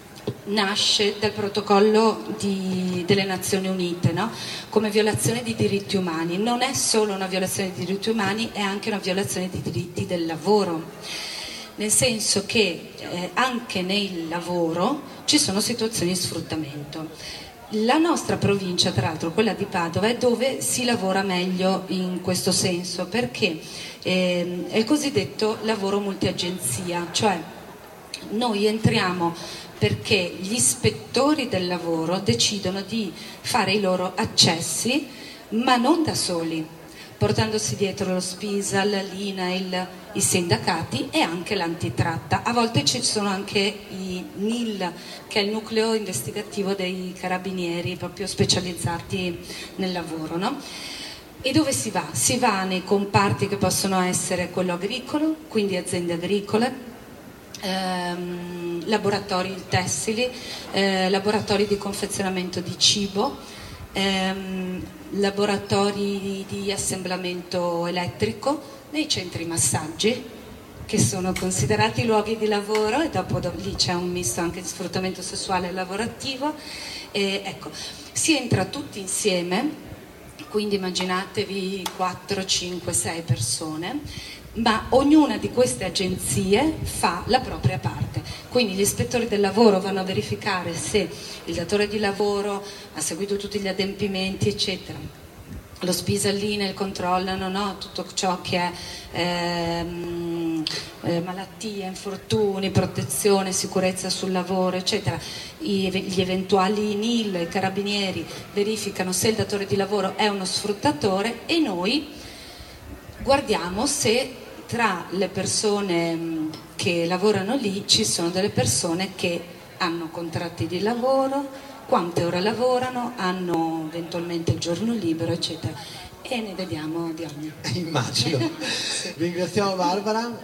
nasce dal protocollo di, delle Nazioni Unite, no? Come violazione di diritti umani. Non è solo una violazione di diritti umani, è anche una violazione di diritti del lavoro, nel senso che eh, anche nel lavoro ci sono situazioni di sfruttamento. La nostra provincia, tra l'altro quella di Padova, è dove si lavora meglio in questo senso, perché eh, è il cosiddetto lavoro multiagenzia, cioè noi entriamo perché gli ispettori del lavoro decidono di fare i loro accessi, ma non da soli, portandosi dietro lo Spisal, l'I N A I L, i sindacati e anche l'antitratta. A volte ci sono anche i N I L, che è il nucleo investigativo dei carabinieri, proprio specializzati nel lavoro, no? E dove si va? Si va nei comparti che possono essere quello agricolo, quindi aziende agricole, ehm, laboratori tessili, eh, laboratori di confezionamento di cibo, ehm, laboratori di assemblamento elettrico, nei centri massaggi, che sono considerati luoghi di lavoro, e dopo lì c'è un misto anche di sfruttamento sessuale e lavorativo. E ecco, si entra tutti insieme. Quindi immaginatevi quattro, cinque, sei persone, ma ognuna di queste agenzie fa la propria parte. Quindi gli ispettori del lavoro vanno a verificare se il datore di lavoro ha seguito tutti gli adempimenti, eccetera. Lo Spisal, l'I N A I L controllano, no? Tutto ciò che è ehm, eh, malattie, infortuni, protezione, sicurezza sul lavoro, eccetera. I, gli eventuali N I L, i carabinieri verificano se il datore di lavoro è uno sfruttatore, e noi guardiamo se tra le persone che lavorano lì ci sono delle persone che hanno contratti di lavoro, quante ore lavorano, hanno eventualmente il giorno libero, eccetera, e ne vediamo di ogni. Immagino. Sì. Ringraziamo Barbara,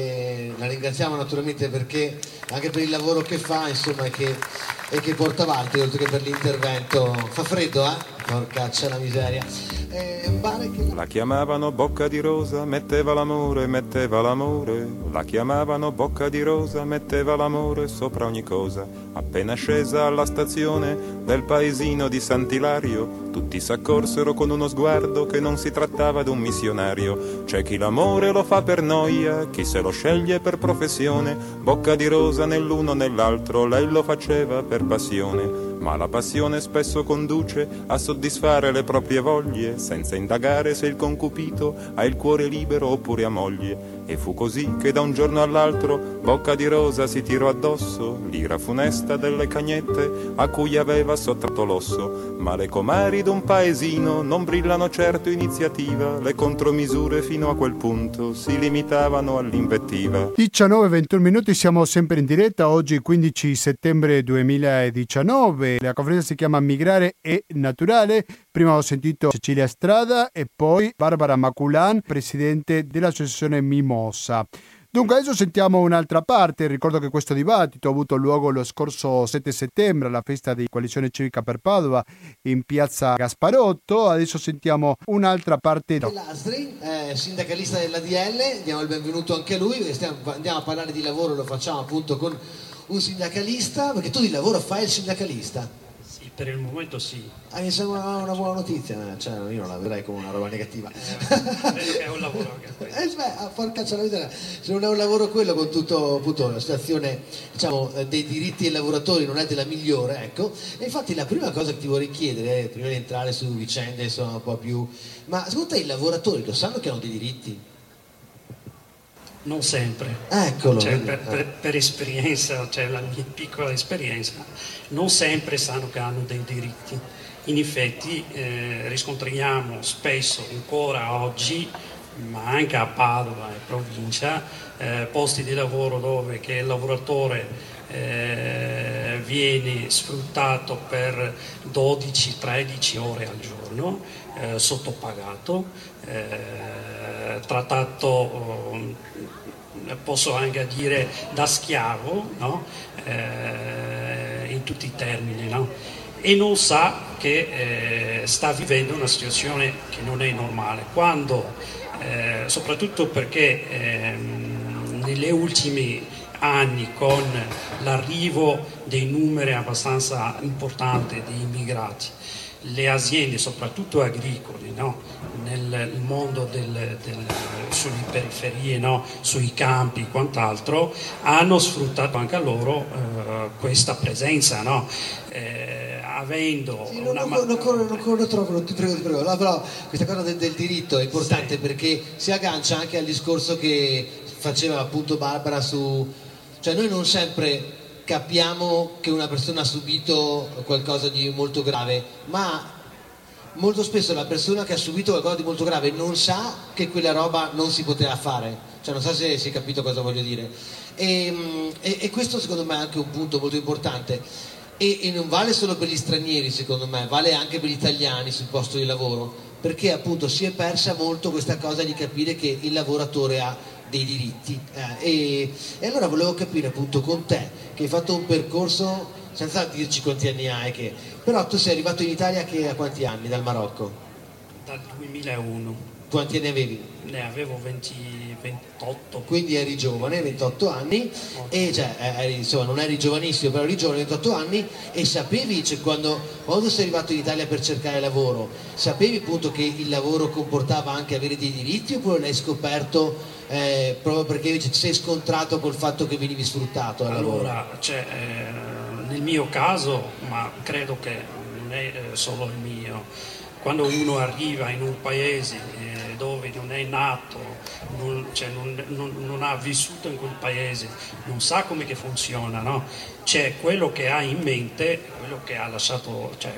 e la ringraziamo naturalmente perché anche per il lavoro che fa, insomma, e che, e che porta avanti, oltre che per l'intervento. Fa freddo, eh? Porcaccia la miseria. Eh, che... La chiamavano Bocca di Rosa, metteva l'amore, metteva l'amore. La chiamavano Bocca di Rosa, metteva l'amore sopra ogni cosa. Appena scesa alla stazione del paesino di Sant'Ilario, tutti s'accorsero con uno sguardo che non si trattava d'un missionario. C'è chi l'amore lo fa per noia, chi se lo sceglie per professione. Bocca di Rosa nell'uno nell'altro, lei lo faceva per passione. Ma la passione spesso conduce a soddisfare le proprie voglie, senza indagare se il concupito ha il cuore libero oppure ha moglie. E fu così che da un giorno all'altro Bocca di Rosa si tirò addosso l'ira funesta delle cagnette a cui aveva sottratto l'osso. Ma le comari d'un paesino non brillano certo iniziativa, le contromisure fino a quel punto si limitavano all'invettiva. diciannove e ventuno minuti, siamo sempre in diretta, oggi quindici settembre duemiladiciannove. La conferenza si chiama Migrare è naturale. Prima ho sentito Cecilia Strada e poi Barbara Maculan, presidente dell'associazione Mimosa. Dunque adesso sentiamo un'altra parte. Ricordo che questo dibattito ha avuto luogo lo scorso sette settembre alla festa di Coalizione Civica per Padova in piazza Gasparotto. Adesso sentiamo un'altra parte. Lastri, eh, sindacalista dell'A D L, diamo il benvenuto anche a lui. Stiamo, andiamo a parlare di lavoro, lo facciamo appunto con un sindacalista, perché tu di lavoro fai il sindacalista. Sì, per il momento sì. Ah, mi sembra una buona notizia, cioè io non la vedrei come una roba negativa. Eh, credo che è un lavoro anche questo. Eh, beh, porca c'è la vita, se non è un lavoro quello, con tutto appunto la situazione, diciamo, dei diritti dei lavoratori non è della migliore, ecco. E infatti la prima cosa che ti vorrei chiedere, eh, prima di entrare su vicende insomma un po' più, ma secondo te i lavoratori lo sanno che hanno dei diritti? Non sempre. Eccolo. Cioè, per, per, per esperienza, cioè la mia piccola esperienza, non sempre sanno che hanno dei diritti. In effetti eh, riscontriamo spesso ancora oggi, ma anche a Padova e provincia, eh, posti di lavoro dove che il lavoratore eh, viene sfruttato per dodici tredici ore al giorno, eh, sottopagato, eh, trattato, eh, posso anche dire, da schiavo, no? eh, in tutti i termini, no? E non sa che eh, sta vivendo una situazione che non è normale, quando, eh, soprattutto perché eh, negli ultimi anni, con l'arrivo dei numeri abbastanza importanti di immigrati, le aziende, soprattutto agricole, no? Nel mondo del, del, sulle periferie, no? Sui campi e quant'altro, hanno sfruttato anche a loro eh, questa presenza, no? eh, avendo sì, una... non, non, non, corro, non corro troppo, non ti prego, ti prego. No, però questa cosa del, del diritto è importante, sì, perché si aggancia anche al discorso che faceva appunto Barbara su... Cioè noi non sempre capiamo che una persona ha subito qualcosa di molto grave, ma molto spesso la persona che ha subito qualcosa di molto grave non sa che quella roba non si poteva fare, cioè non so se si è capito cosa voglio dire, e, e, e questo secondo me è anche un punto molto importante, e, e non vale solo per gli stranieri, secondo me vale anche per gli italiani sul posto di lavoro, perché appunto si è persa molto questa cosa di capire che il lavoratore ha dei diritti, eh, e, e allora volevo capire appunto con te che hai fatto un percorso, senza dirci quanti anni hai, che però tu sei arrivato in Italia che a quanti anni dal Marocco? Dal duemilauno. Quanti anni avevi? Ne avevo venti, ventotto. Quindi eri giovane, ventotto anni, e cioè eri, insomma non eri giovanissimo, però eri giovane, ventotto anni, e sapevi, cioè, quando, quando sei arrivato in Italia per cercare lavoro, sapevi appunto che il lavoro comportava anche avere dei diritti, oppure l'hai scoperto eh, proprio perché ti sei scontrato col fatto che venivi sfruttato al allora, lavoro? Cioè, eh, nel mio caso, ma credo che non è eh, solo il mio, quando uno arriva in un paese eh, dove non è nato, non, cioè non, non, non ha vissuto in quel paese, non sa come che funziona, no? C'è quello che ha in mente, quello che ha lasciato, cioè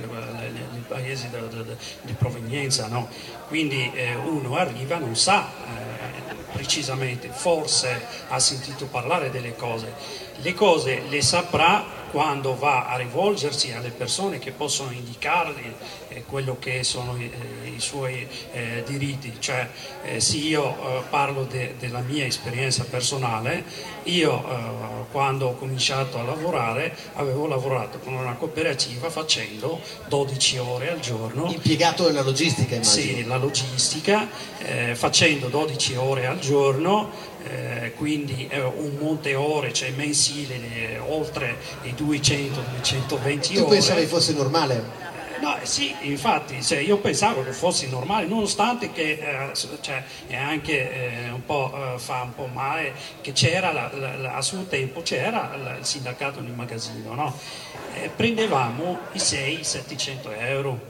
il paese di, di, di provenienza, no? Quindi eh, uno arriva, non sa eh, precisamente, forse ha sentito parlare delle cose, le cose le saprà quando va a rivolgersi alle persone che possono indicargli eh, quello che sono eh, i suoi eh, diritti. Cioè, eh, se io eh, parlo de, della mia esperienza personale, io eh, quando ho cominciato a lavorare avevo lavorato con una cooperativa facendo dodici ore al giorno. Impiegato nella logistica, immagino. Sì, la logistica, eh, facendo dodici ore al giorno. Eh, quindi eh, un monte ore, cioè mensile, eh, oltre i duecento duecentoventi ore. Tu pensavi fosse normale? Eh, no, sì, infatti, cioè, io pensavo che fosse normale, nonostante che eh, cioè, è anche eh, un po' eh, fa un po' male che c'era la, la, la, a suo tempo c'era la, il sindacato di magazzino, no? Eh, prendevamo i sei settecento euro.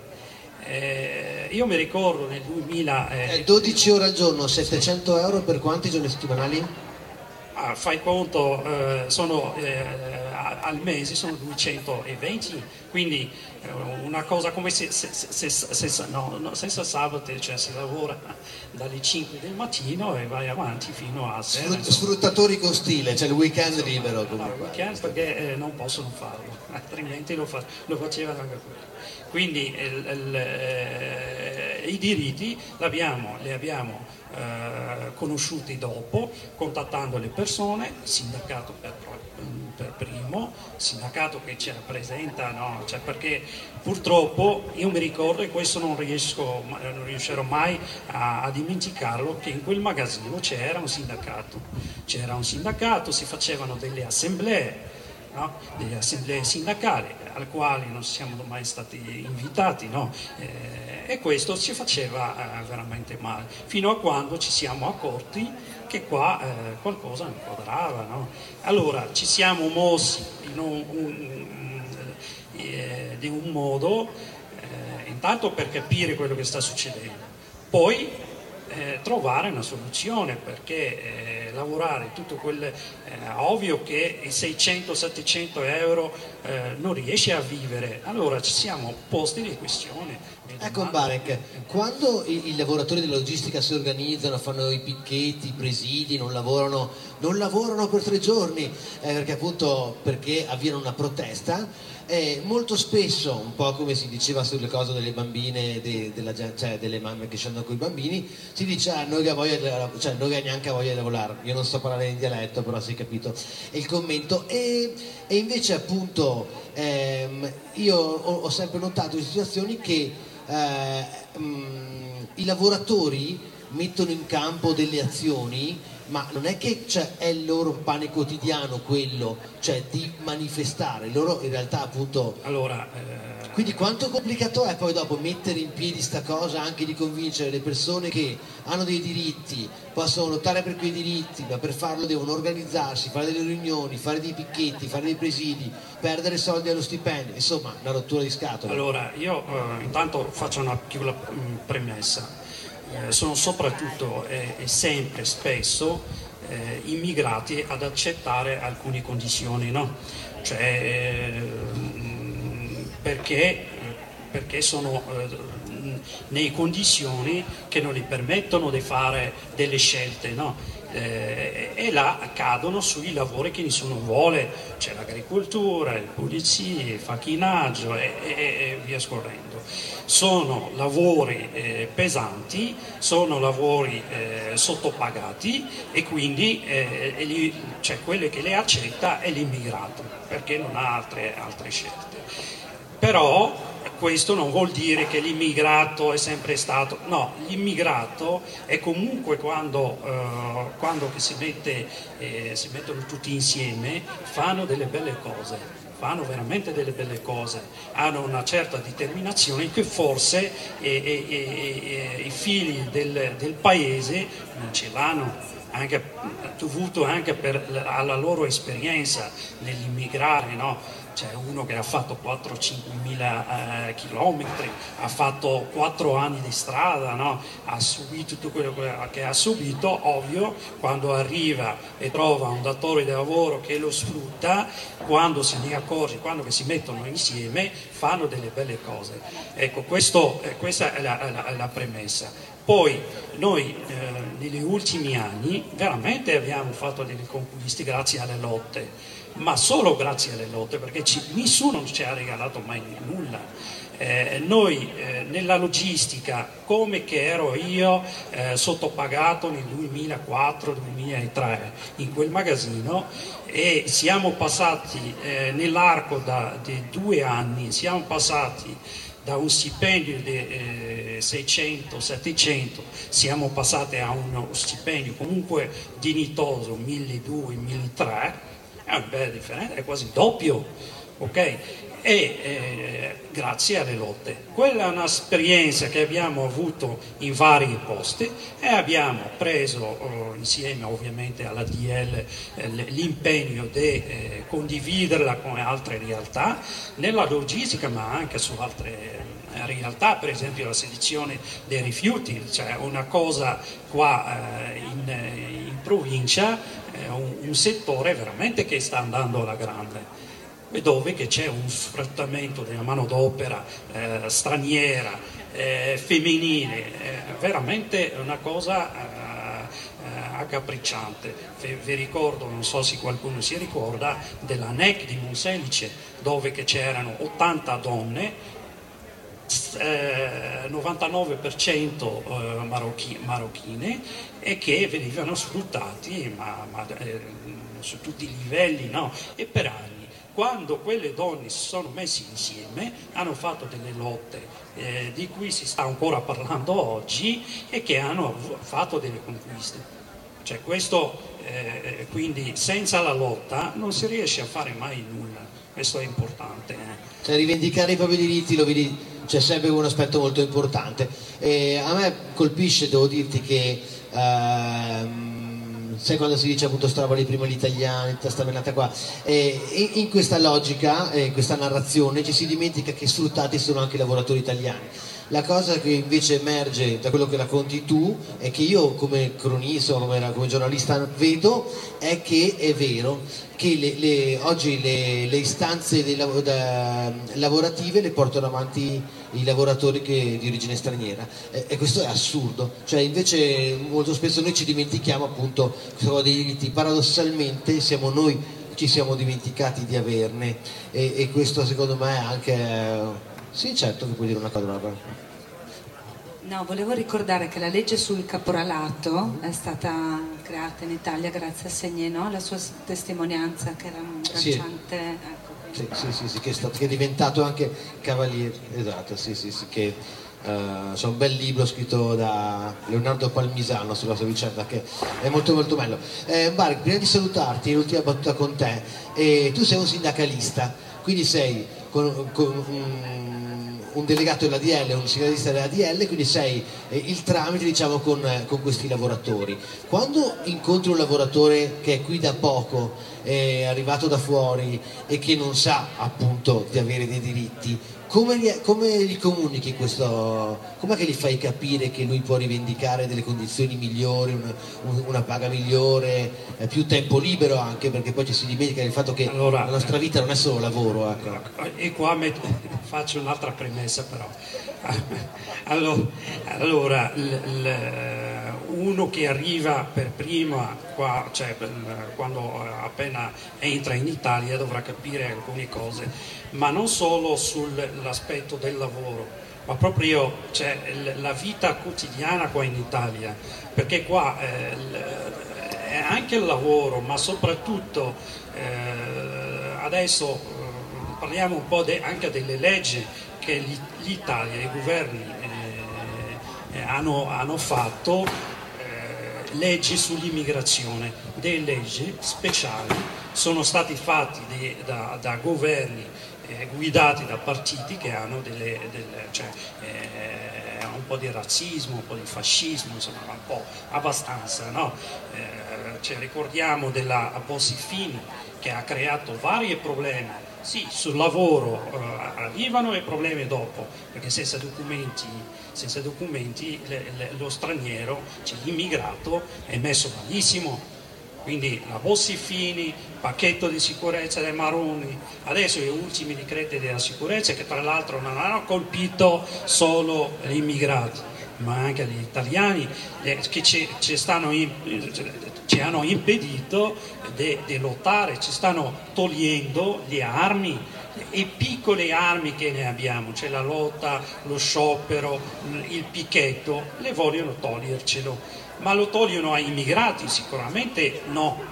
Eh, io mi ricordo nel duemila eh, dodici ore al giorno, settecento euro per quanti giorni settimanali? Ah, fai conto, eh, sono, eh, al mese sono duecentoventi, quindi eh, una cosa come se, se, se, se, se no, no, senza sabato, cioè si lavora dalle cinque del mattino e vai avanti fino a sera. Sfrut- sfruttatori con stile, cioè il weekend insomma, libero no, il weekend perché eh, non possono farlo, altrimenti lo, fa, lo facevano anche quello. Quindi il, il, eh, i diritti l'abbiamo, li abbiamo eh, conosciuti dopo, contattando le persone, il sindacato per, per primo, il sindacato che ci rappresenta, no? Cioè, perché purtroppo io mi ricordo, e questo non riesco, non riuscirò mai a, a dimenticarlo, che in quel magazzino c'era un sindacato, c'era un sindacato, si facevano delle assemblee, no? Delle assemblee sindacali alle quali non siamo mai stati invitati, no? eh, e questo ci faceva eh, veramente male, fino a quando ci siamo accorti che qua eh, qualcosa non quadrava, no? Allora ci siamo mossi in un, un, eh, di un modo eh, intanto per capire quello che sta succedendo, poi eh, trovare una soluzione, perché eh, lavorare tutto quel eh, ovvio che i seicento settecento euro eh, non riesce a vivere. Allora ci siamo posti le questioni. Ecco Mbarek, quando i, i lavoratori della logistica si organizzano, fanno i picchetti, i presidi, non lavorano, non lavorano per tre giorni eh, perché appunto perché avviene una protesta, eh, molto spesso, un po' come si diceva sulle cose delle bambine, de, della, cioè delle mamme che scendono con i bambini, si dice ah, noi che voglia, cioè noi che neanche voglia di lavorare, io non so parlare in dialetto però si è capito il commento, e, e invece appunto ehm, io ho, ho sempre notato in situazioni che eh, mh, i lavoratori mettono in campo delle azioni, ma non è che cioè, è il loro pane quotidiano quello, cioè di manifestare, loro in realtà appunto... Allora, eh... Quindi quanto complicato è poi dopo mettere in piedi sta cosa, anche di convincere le persone che hanno dei diritti, possono lottare per quei diritti, ma per farlo devono organizzarsi, fare delle riunioni, fare dei picchetti, fare dei presidi, perdere soldi allo stipendio, insomma una rottura di scatole. Allora, io eh, intanto faccio una piccola mh, premessa. Eh, sono soprattutto e eh, sempre spesso eh, immigrati ad accettare alcune condizioni, no? Cioè, eh, perché perché sono eh, nelle condizioni che non gli permettono di fare delle scelte, no? Eh, e là accadono sui lavori che nessuno vuole, c'è l'agricoltura, le pulizie, il facchinaggio e, e, e via scorrendo. Sono lavori eh, pesanti, sono lavori eh, sottopagati e quindi eh, e li, cioè, quello che le accetta è l'immigrato, perché non ha altre, altre scelte. Però questo non vuol dire che l'immigrato è sempre stato, no, l'immigrato è comunque quando, eh, quando che si, mette, eh, si mettono tutti insieme, fanno delle belle cose, fanno veramente delle belle cose, hanno una certa determinazione che forse eh, eh, eh, eh, i figli del, del paese non ce l'hanno, anche, dovuto anche per, alla loro esperienza nell'immigrare, no? C'è uno che ha fatto quattro cinque mila eh, chilometri, ha fatto quattro anni di strada, no? Ha subito tutto quello che ha subito, ovvio, quando arriva e trova un datore di lavoro che lo sfrutta, quando se ne accorge, quando che si mettono insieme, fanno delle belle cose. Ecco, questo, eh, questa è la, è, la, è la premessa. Poi noi eh, negli ultimi anni veramente abbiamo fatto delle conquiste grazie alle lotte, ma solo grazie alle lotte, perché ci, nessuno ci ha regalato mai nulla. Eh, noi eh, nella logistica, come che ero io eh, sottopagato nel duemilaquattro duemilatré in quel magazzino, e siamo passati eh, nell'arco da, di due anni, siamo passati da un stipendio di eh, seicento settecento, siamo passati a uno stipendio comunque dignitoso milleduecento milletrecento, è una bella differenza, è quasi doppio, ok? E eh, grazie alle lotte. Quella è un'esperienza che abbiamo avuto in vari posti e abbiamo preso eh, insieme ovviamente alla D L eh, l'impegno di eh, condividerla con altre realtà nella logistica, ma anche su altre realtà, per esempio la selezione dei rifiuti, cioè una cosa qua eh, in, in provincia, eh, un, un settore veramente che sta andando alla grande, e dove che c'è un sfruttamento della manodopera eh, straniera, eh, femminile, eh, veramente una cosa eh, eh, accapricciante. Vi, vi ricordo, non so se qualcuno si ricorda, della N E C di Monselice, dove che c'erano ottanta donne, Eh, novantanove per cento eh, marocchi, marocchine, e che venivano sfruttati ma, ma, eh, su tutti i livelli, no? E per anni, quando quelle donne si sono messe insieme, hanno fatto delle lotte eh, di cui si sta ancora parlando oggi e che hanno fatto delle conquiste. Cioè questo, eh, quindi senza la lotta non si riesce a fare mai nulla, questo è importante. Eh. Cioè rivendicare i propri diritti, lo vedi, c'è sempre un aspetto molto importante. E a me colpisce, devo dirti che ehm, sai quando si dice appunto stravali prima gli italiani, sta menata qua, e in, in questa logica, in questa narrazione ci si dimentica che sfruttati sono anche i lavoratori italiani. La cosa che invece emerge da quello che racconti tu è che io come cronista, come, come giornalista vedo, è che è vero che le, le, oggi le, le istanze dei, da, lavorative le portano avanti i lavoratori che, di origine straniera, e, e questo è assurdo. Cioè invece molto spesso noi ci dimentichiamo appunto dei diritti, paradossalmente siamo noi ci siamo dimenticati di averne, e, e questo secondo me è anche... Sì, certo che puoi dire una cosa. No, volevo ricordare che la legge sul caporalato è stata creata in Italia grazie a Segné, no? La sua testimonianza, che era un bracciante. Sì. Ecco, sì, sì, sì, sì, che, è stato, che è diventato anche cavaliere. Esatto, sì, sì, sì, che uh, c'è un bel libro scritto da Leonardo Palmisano sulla sua vicenda, che è molto molto bello. Eh, Mark, prima di salutarti, l'ultima battuta con te, eh, tu sei un sindacalista, quindi sei con, con un, un delegato della D L, un sindacalista della D L, quindi sei eh, il tramite, diciamo, con, eh, con questi lavoratori. Quando incontri un lavoratore che è qui da poco, è arrivato da fuori e che non sa appunto di avere dei diritti, come gli, come gli comunichi questo? Com'è che gli fai capire che lui può rivendicare delle condizioni migliori, una, una paga migliore, eh, più tempo libero anche, perché poi ci si dimentica del fatto che allora, la nostra vita non è solo lavoro. Ecco. E qua met- faccio un'altra premessa però. Allora, allora l, l, uno che arriva per prima qua, cioè quando appena entra in Italia dovrà capire alcune cose, ma non solo sull'aspetto del lavoro, ma proprio cioè, la vita quotidiana qua in Italia, perché qua eh, è anche il lavoro, ma soprattutto eh, adesso eh, parliamo un po' de, anche delle leggi che l'Italia, i governi eh, eh, hanno, hanno fatto, eh, leggi sull'immigrazione, delle leggi speciali sono stati fatti de, da, da governi eh, guidati da partiti che hanno delle, delle cioè, eh, un po' di razzismo, un po' di fascismo, insomma un po' abbastanza, no? Eh, cioè, ricordiamo della Bossi-Fini che ha creato vari problemi, sì, sul lavoro eh, arrivano i problemi dopo, perché senza documenti, senza documenti le, le, lo straniero, cioè l'immigrato, è messo malissimo. Quindi la Bossi-Fini, pacchetto di sicurezza dei Maroni, adesso gli ultimi decreti della sicurezza che tra l'altro non hanno colpito solo gli immigrati, ma anche gli italiani eh, che ci, ci, stanno in, ci hanno impedito di lottare, ci stanno togliendo le armi, e piccole armi che ne abbiamo, cioè la lotta, lo sciopero, il picchetto, le vogliono togliercelo. Ma lo togliono ai immigrati? Sicuramente no,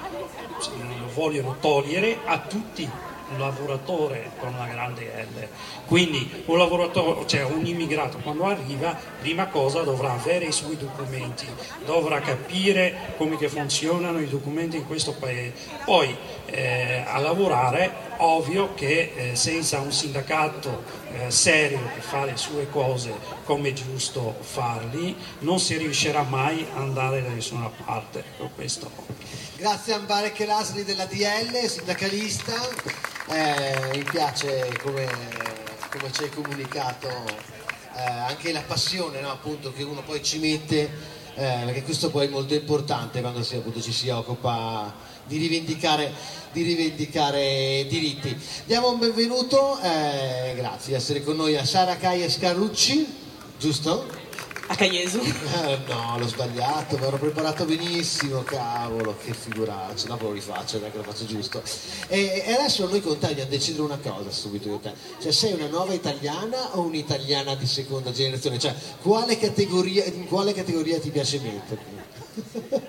lo vogliono togliere a tutti, un lavoratore con una grande L. Quindi un lavoratore, cioè un immigrato quando arriva, prima cosa dovrà avere i suoi documenti, dovrà capire come che funzionano i documenti in questo paese. Poi eh, a lavorare, ovvio che eh, senza un sindacato eh, serio che fa le sue cose come è giusto farli, non si riuscirà mai ad andare da nessuna parte. Ecco, questo. Grazie a Mbarek Lasri della D L, sindacalista, eh, mi piace come, come ci hai comunicato eh, anche la passione, no, appunto, che uno poi ci mette, eh, perché questo poi è molto importante quando si, appunto, ci si occupa di rivendicare, di rivendicare diritti. Diamo un benvenuto, eh, grazie di essere con noi, a Sara Caia Scarrucci, giusto? A Caiesu. Eh, no, l'ho sbagliato, mi ero preparato benissimo, cavolo, che figuraccia, dopo lo rifaccio, non è che lo faccio giusto. E, e adesso noi con te andiamo a decidere una cosa subito io te. Cioè, sei una nuova italiana o un'italiana di seconda generazione? Cioè, quale categoria, in quale categoria ti piace metterti?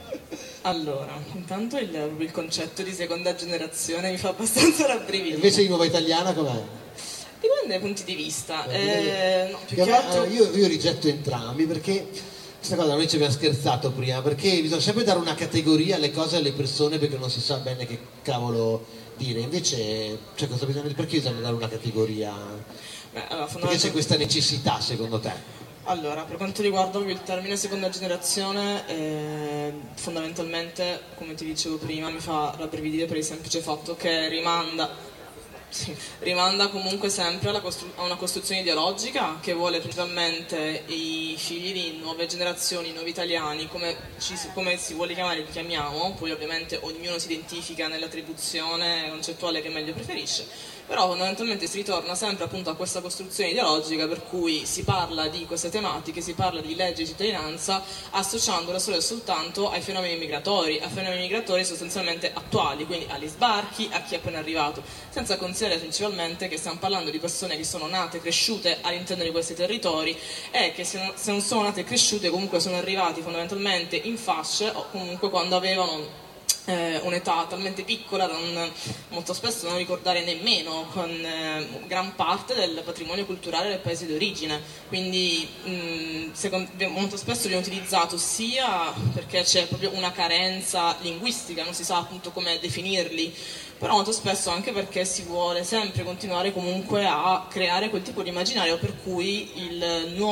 Allora, intanto il, il concetto di seconda generazione mi fa abbastanza rabbrividire. Invece di nuova italiana com'è? Dipende dai punti di vista. Eh, no, più che altro... altro... io, io rigetto entrambi perché questa cosa noi ci abbiamo scherzato prima, perché bisogna sempre dare una categoria alle cose, alle persone, perché non si sa bene che cavolo dire. Invece, cioè, cosa bisogna, perché bisogna dare una categoria? Beh, allora, perché c'è questa necessità secondo te? Allora, per quanto riguarda il termine seconda generazione, eh, fondamentalmente, come ti dicevo prima, mi fa rabbrividire per il semplice fatto che rimanda Sì, rimanda comunque sempre alla costru- a una costruzione ideologica che vuole principalmente i figli di nuove generazioni, nuovi italiani, come, ci, come si vuole chiamare li chiamiamo, poi ovviamente ognuno si identifica nell'attribuzione concettuale che meglio preferisce, però fondamentalmente si ritorna sempre appunto a questa costruzione ideologica per cui si parla di queste tematiche, si parla di legge di cittadinanza associandola solo e soltanto ai fenomeni migratori, a fenomeni migratori sostanzialmente attuali, quindi agli sbarchi, a chi è appena arrivato, senza considerare principalmente che stiamo parlando di persone che sono nate e cresciute all'interno di questi territori e che se non, se non sono nate e cresciute comunque sono arrivati fondamentalmente in fasce o comunque quando avevano eh, un'età talmente piccola da non, molto spesso non ricordare nemmeno con eh, gran parte del patrimonio culturale del paese d'origine, quindi mh, secondo, molto spesso viene utilizzato sia perché c'è proprio una carenza linguistica, non si sa appunto come definirli, però molto spesso anche perché si vuole sempre continuare comunque a creare quel tipo di immaginario per cui il nuovo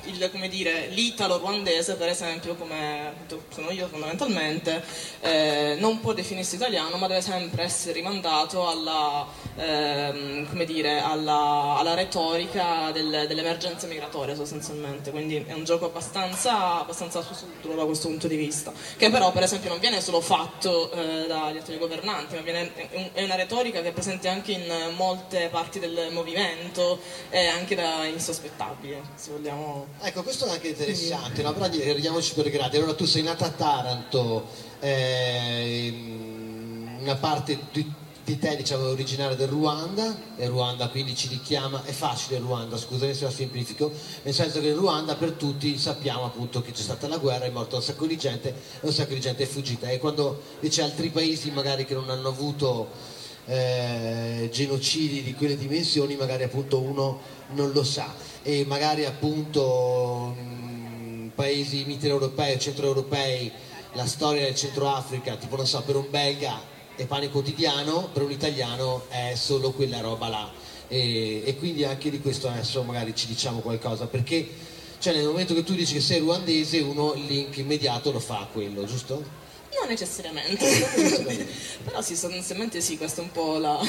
il, come dire, l'italo-ruandese, per esempio, come sono io fondamentalmente, eh, non può definirsi italiano, ma deve sempre essere rimandato alla, ehm, come dire, alla, alla retorica del, dell'emergenza migratoria sostanzialmente, quindi è un gioco abbastanza, abbastanza subdolo da questo punto di vista, che però per esempio non viene solo fatto eh, dagli attuali governanti, ma viene, è una retorica che è presente anche in molte parti del movimento e anche da insospettabili, se vogliamo. Ecco, questo è anche interessante, no? Però andiamoci per gradi. Allora tu sei nata a Taranto, eh, una parte di, di te diciamo è originaria del Ruanda, e Ruanda quindi ci richiama, è facile il Ruanda, scusami se la semplifico, nel senso che il Ruanda per tutti sappiamo appunto che c'è stata la guerra, è morto un sacco di gente e un sacco di gente è fuggita, e quando invece altri paesi magari che non hanno avuto Eh, genocidi di quelle dimensioni magari appunto uno non lo sa, e magari appunto mh, paesi mitteleuropei o centroeuropei, la storia del Centro Africa, tipo non so, per un belga è pane quotidiano, per un italiano è solo quella roba là, e, e quindi anche di questo adesso magari ci diciamo qualcosa, perché cioè nel momento che tu dici che sei ruandese uno il link immediato lo fa a quello, giusto? Non necessariamente, però sì, sostanzialmente sì, questa è un po' la,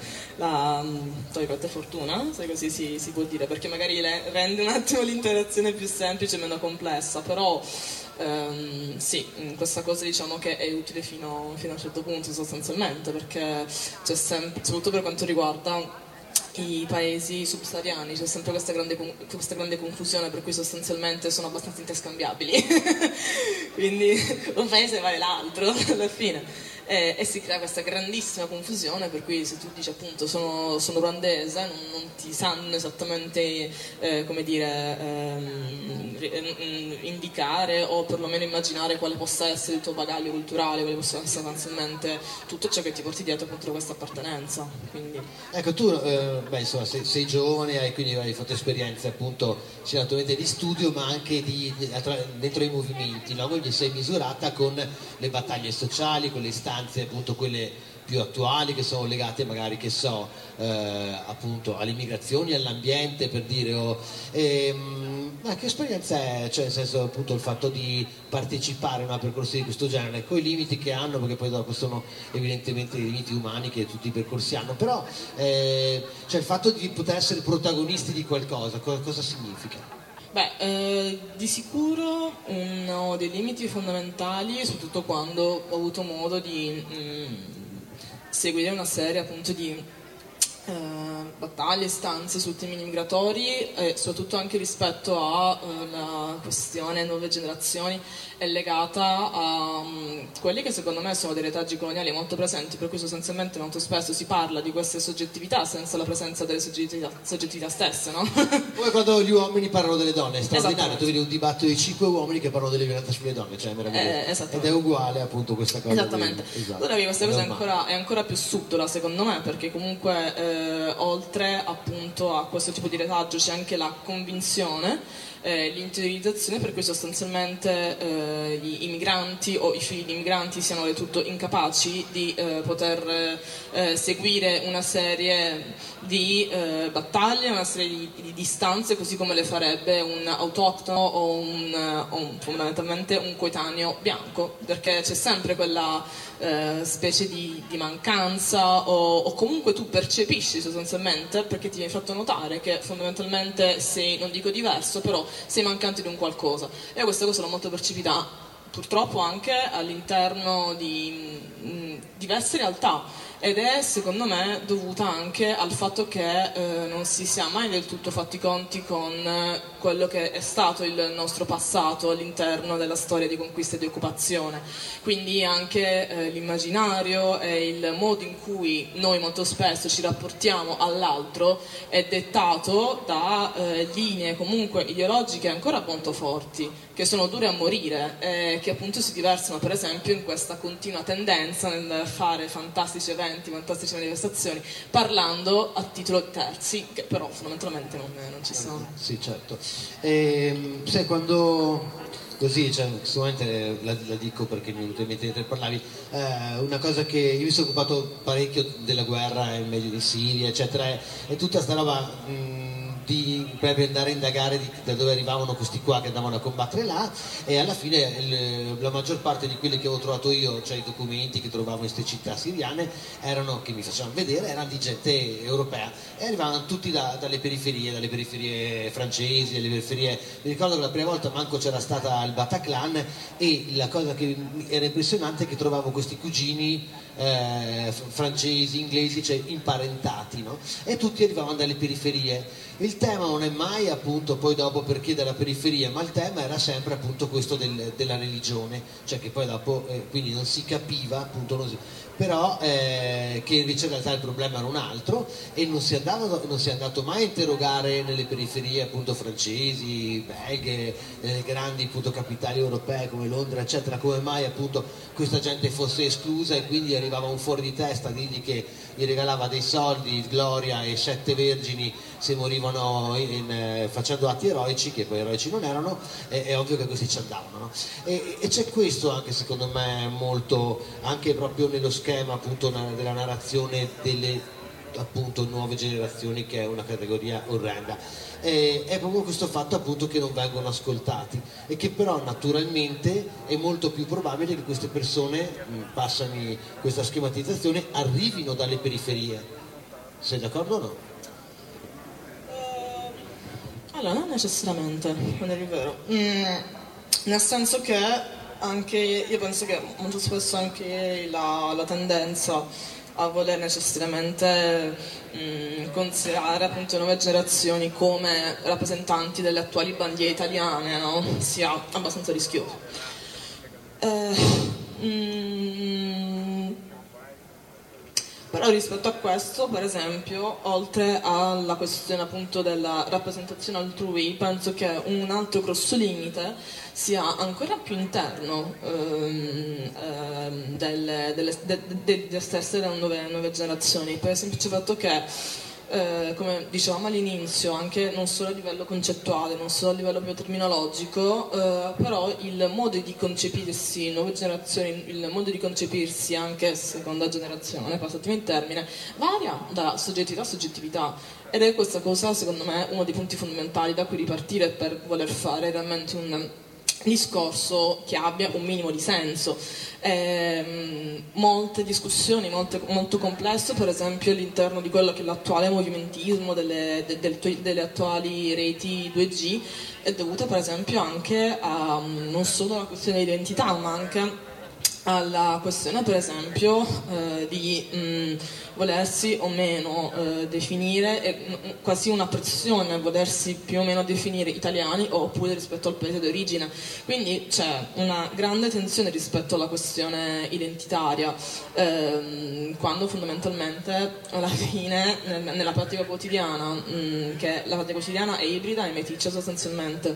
la tra fortuna, se così si, si può dire, perché magari le, rende un attimo l'interazione più semplice e meno complessa, però ehm, sì, questa cosa diciamo che è utile fino, fino a un certo punto sostanzialmente, perché c'è sempre, soprattutto per quanto riguarda i paesi subsahariani, c'è sempre questa grande, questa grande confusione, per cui sostanzialmente sono abbastanza interscambiabili quindi un paese vale l'altro alla fine, e, e si crea questa grandissima confusione, per cui se tu dici appunto sono, sono ruandese non, non ti sanno esattamente eh, come dire ehm, indicare o perlomeno immaginare quale possa essere il tuo bagaglio culturale, quale possa essere sostanzialmente tutto ciò che ti porti dietro contro questa appartenenza. Quindi... Ecco, tu eh, beh, insomma, sei, sei giovane, hai quindi hai fatto esperienze appunto sia naturalmente di studio ma anche di, di, dentro i movimenti, no? Quindi sei misurata con le battaglie sociali, con le istanze appunto quelle più attuali che sono legate magari, che so, eh, appunto alle migrazioni, all'ambiente, per dire, o, ehm, ma che esperienza è, cioè nel senso appunto il fatto di partecipare a un percorso di questo genere, con i limiti che hanno, perché poi dopo sono evidentemente i limiti umani che tutti i percorsi hanno, però eh, cioè il fatto di poter essere protagonisti di qualcosa, cosa, cosa significa? Beh, eh, di sicuro uno dei limiti fondamentali, soprattutto quando ho avuto modo di mh, seguire una serie appunto di eh, battaglie, stanze su temi migratori, e soprattutto anche rispetto alla questione nuove generazioni, è legata a um, quelli che secondo me sono dei retaggi coloniali molto presenti, per cui sostanzialmente molto spesso si parla di queste soggettività senza la presenza delle soggettività, soggettività stesse, no? Come quando gli uomini parlano delle donne, è straordinario, tu vedi un dibattito di cinque uomini che parlano delle violenze sulle donne, cioè è meraviglioso, eh, ed è uguale appunto questa cosa. Esattamente, di... esatto. Allora questa cosa è ancora, è ancora più subdola secondo me, perché comunque eh, oltre appunto a questo tipo di retaggio c'è anche la convinzione, Eh, l'interiorizzazione per cui sostanzialmente eh, gli immigranti o i figli di immigranti siano del tutto incapaci di eh, poter eh, seguire una serie di eh, battaglie, una serie di, di distanze, così come le farebbe un autoctono o un, o un, fondamentalmente un coetaneo bianco, perché c'è sempre quella eh, specie di, di mancanza o, o comunque tu percepisci sostanzialmente, perché ti viene fatto notare che fondamentalmente sei, non dico diverso, però sei mancante di un qualcosa, e questa cosa l'ho molto percepita purtroppo anche all'interno di mh, diverse realtà, ed è secondo me dovuta anche al fatto che eh, non si sia mai del tutto fatti i conti con eh, quello che è stato il nostro passato all'interno della storia di conquista e di occupazione, quindi anche eh, l'immaginario e il modo in cui noi molto spesso ci rapportiamo all'altro è dettato da eh, linee comunque ideologiche ancora molto forti, che sono dure a morire e che appunto si diversano per esempio in questa continua tendenza nel fare fantastici eventi, fantastiche manifestazioni parlando a titolo di terzi, che però fondamentalmente non, non ci sono. Sì, certo. E, sai, quando così, cioè, sicuramente la, la dico perché mi è venuto in mente mentre parlavi, eh, una cosa che io mi sono occupato parecchio della guerra in medio di Siria, eccetera, è, è tutta sta roba mh, di per andare a indagare di, da dove arrivavano questi qua che andavano a combattere là, e alla fine il, la maggior parte di quelli che avevo trovato io, cioè i documenti che trovavo in queste città siriane, erano, che mi facevano vedere, erano di gente europea e arrivavano tutti da, dalle periferie, dalle periferie francesi, dalle periferie. Mi ricordo che la prima volta manco c'era stata il Bataclan, e la cosa che era impressionante è che trovavo questi cugini eh, francesi, inglesi, cioè imparentati, no? E tutti arrivavano dalle periferie. Il tema non è mai appunto poi dopo perché dalla periferia, ma il tema era sempre appunto questo del, della religione, cioè che poi dopo eh, quindi non si capiva appunto, non si, però eh, che invece in realtà il problema era un altro, e non si, andava, non si è andato mai a interrogare nelle periferie appunto francesi, belghe, nelle grandi appunto capitali europee come Londra eccetera, come mai appunto questa gente fosse esclusa, e quindi arrivava un fuori di testa a dirgli che gli regalava dei soldi, gloria e sette vergini se morivano in, in, eh, facendo atti eroici, che poi eroici non erano, è, è ovvio che questi ci andavano, no? e, e c'è questo anche secondo me molto, anche proprio nello schema appunto della narrazione delle appunto nuove generazioni, che è una categoria orrenda, e, è proprio questo fatto appunto che non vengono ascoltati, e che però naturalmente è molto più probabile che queste persone, passami questa schematizzazione, arrivino dalle periferie. Sei d'accordo o no? Allora, non necessariamente, non è vero. Mm, nel senso che anche io penso che molto spesso anche la, la tendenza a voler necessariamente mh, considerare appunto nuove generazioni come rappresentanti delle attuali bandiere italiane, no? Sia abbastanza rischioso. Eh, mh, Però rispetto a questo, per esempio, oltre alla questione appunto della rappresentazione altrui, penso che un altro grosso limite sia ancora più interno ehm, ehm, delle, delle, de, de, de stesse delle nuove, nuove generazioni, per il semplice fatto che Eh, come dicevamo all'inizio, anche non solo a livello concettuale, non solo a livello più terminologico, eh, però il modo di concepirsi, nuove generazioni, il modo di concepirsi anche seconda generazione, passatemi il termine, varia da soggettività a soggettività, ed è questa cosa secondo me uno dei punti fondamentali da cui ripartire per voler fare realmente un discorso che abbia un minimo di senso. Eh, molte discussioni, molte, molto complesso, per esempio all'interno di quello che è l'attuale movimentismo delle, de, del, delle attuali reti due G, è dovuta per esempio anche a non solo alla questione di identità, ma anche alla questione per esempio eh, di mh, volersi o meno eh, definire, eh, quasi una pressione a volersi più o meno definire italiani oppure rispetto al paese d'origine, quindi c'è una grande tensione rispetto alla questione identitaria, ehm, quando fondamentalmente alla fine nel, nella pratica quotidiana, mh, che la pratica quotidiana è ibrida e meticcia sostanzialmente,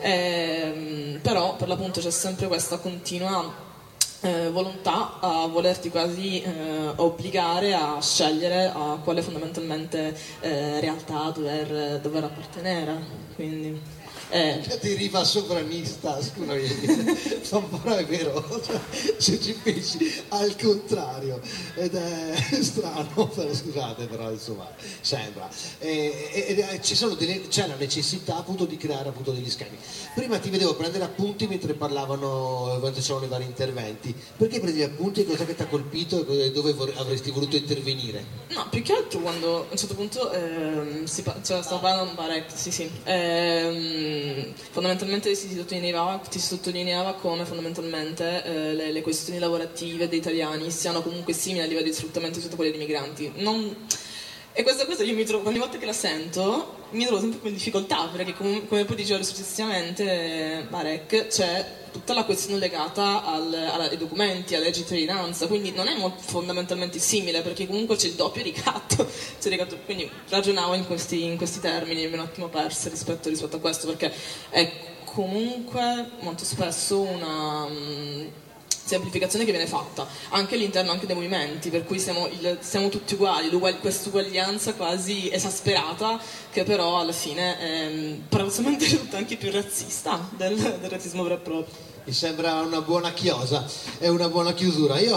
ehm, però per l'appunto c'è sempre questa continua Eh, volontà a volerti quasi eh, obbligare a scegliere a quale fondamentalmente eh, realtà dover, dover appartenere, quindi eh. Che deriva sovranista, scusami, però è vero, cioè, se ci pensi al contrario, ed è strano, però, scusate, però insomma sembra, e, e, e ci sono delle, c'è la necessità appunto di creare appunto degli schemi. Prima ti vedevo prendere appunti mentre parlavano, quando c'erano i vari interventi. Perché prendi appunti? Cosa che ti ha colpito e dove vor- avresti voluto intervenire? No, più che altro quando a un certo punto ehm, si pa- cioè, stavo parlando Barek, sì sì, ehm, fondamentalmente si sottolineava, si sottolineava come fondamentalmente eh, le, le questioni lavorative dei italiani siano comunque simili a livello di sfruttamento rispetto a quelle dei migranti. Non... E questa cosa io mi trovo, ogni volta che la sento, mi trovo sempre più in difficoltà, perché come, come poi diceva successivamente Barek, c'è tutta la questione legata al, ai documenti, alla cittadinanza, quindi non è molto, fondamentalmente simile, perché comunque c'è il doppio ricatto, c'è il ricatto, quindi ragionavo in questi, in questi termini e mi ho un attimo persa rispetto, rispetto a questo, perché è comunque molto spesso una um, semplificazione che viene fatta anche all'interno anche dei movimenti, per cui siamo, il, siamo tutti uguali, questa uguaglianza quasi esasperata che però alla fine è paradossalmente risulta anche più razzista del, del razzismo vero e proprio. Mi sembra una buona chiosa, è una buona chiusura. Io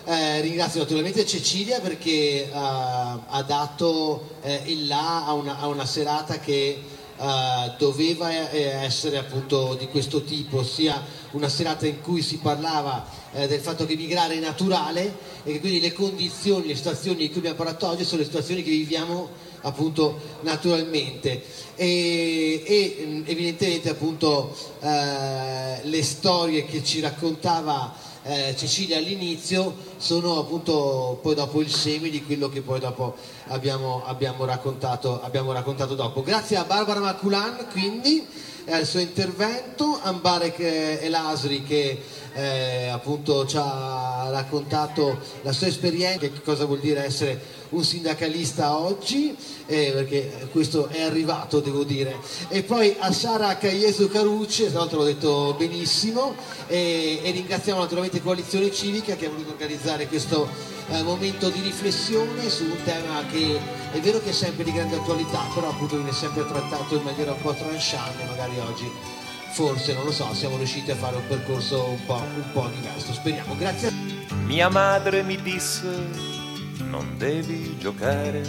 Eh, ringrazio naturalmente Cecilia perché uh, ha dato eh, il là a una, a una serata che uh, doveva eh, essere appunto di questo tipo, ossia una serata in cui si parlava eh, del fatto che migrare è naturale e che quindi le condizioni, le situazioni di cui abbiamo parlato oggi sono le situazioni che viviamo appunto naturalmente e, e evidentemente appunto eh, le storie che ci raccontava Eh, Cecilia all'inizio sono appunto poi dopo il seme di quello che poi dopo abbiamo, abbiamo, raccontato, abbiamo raccontato dopo. Grazie a Barbara Maculan quindi e al suo intervento, Ambarek El-Asri che eh, appunto ci ha raccontato la sua esperienza, che cosa vuol dire essere un sindacalista oggi, eh, perché questo è arrivato devo dire, e poi a Sara Caiesu Carucci, stavolta l'ho detto benissimo, e, e ringraziamo naturalmente Coalizione Civica che ha voluto organizzare questo eh, momento di riflessione su un tema che è vero che è sempre di grande attualità, però appunto viene sempre trattato in maniera un po' tranchant, magari oggi forse, non lo so, siamo riusciti a fare un percorso un po', un po' diverso, speriamo. Grazie a... Mia madre mi disse: non devi giocare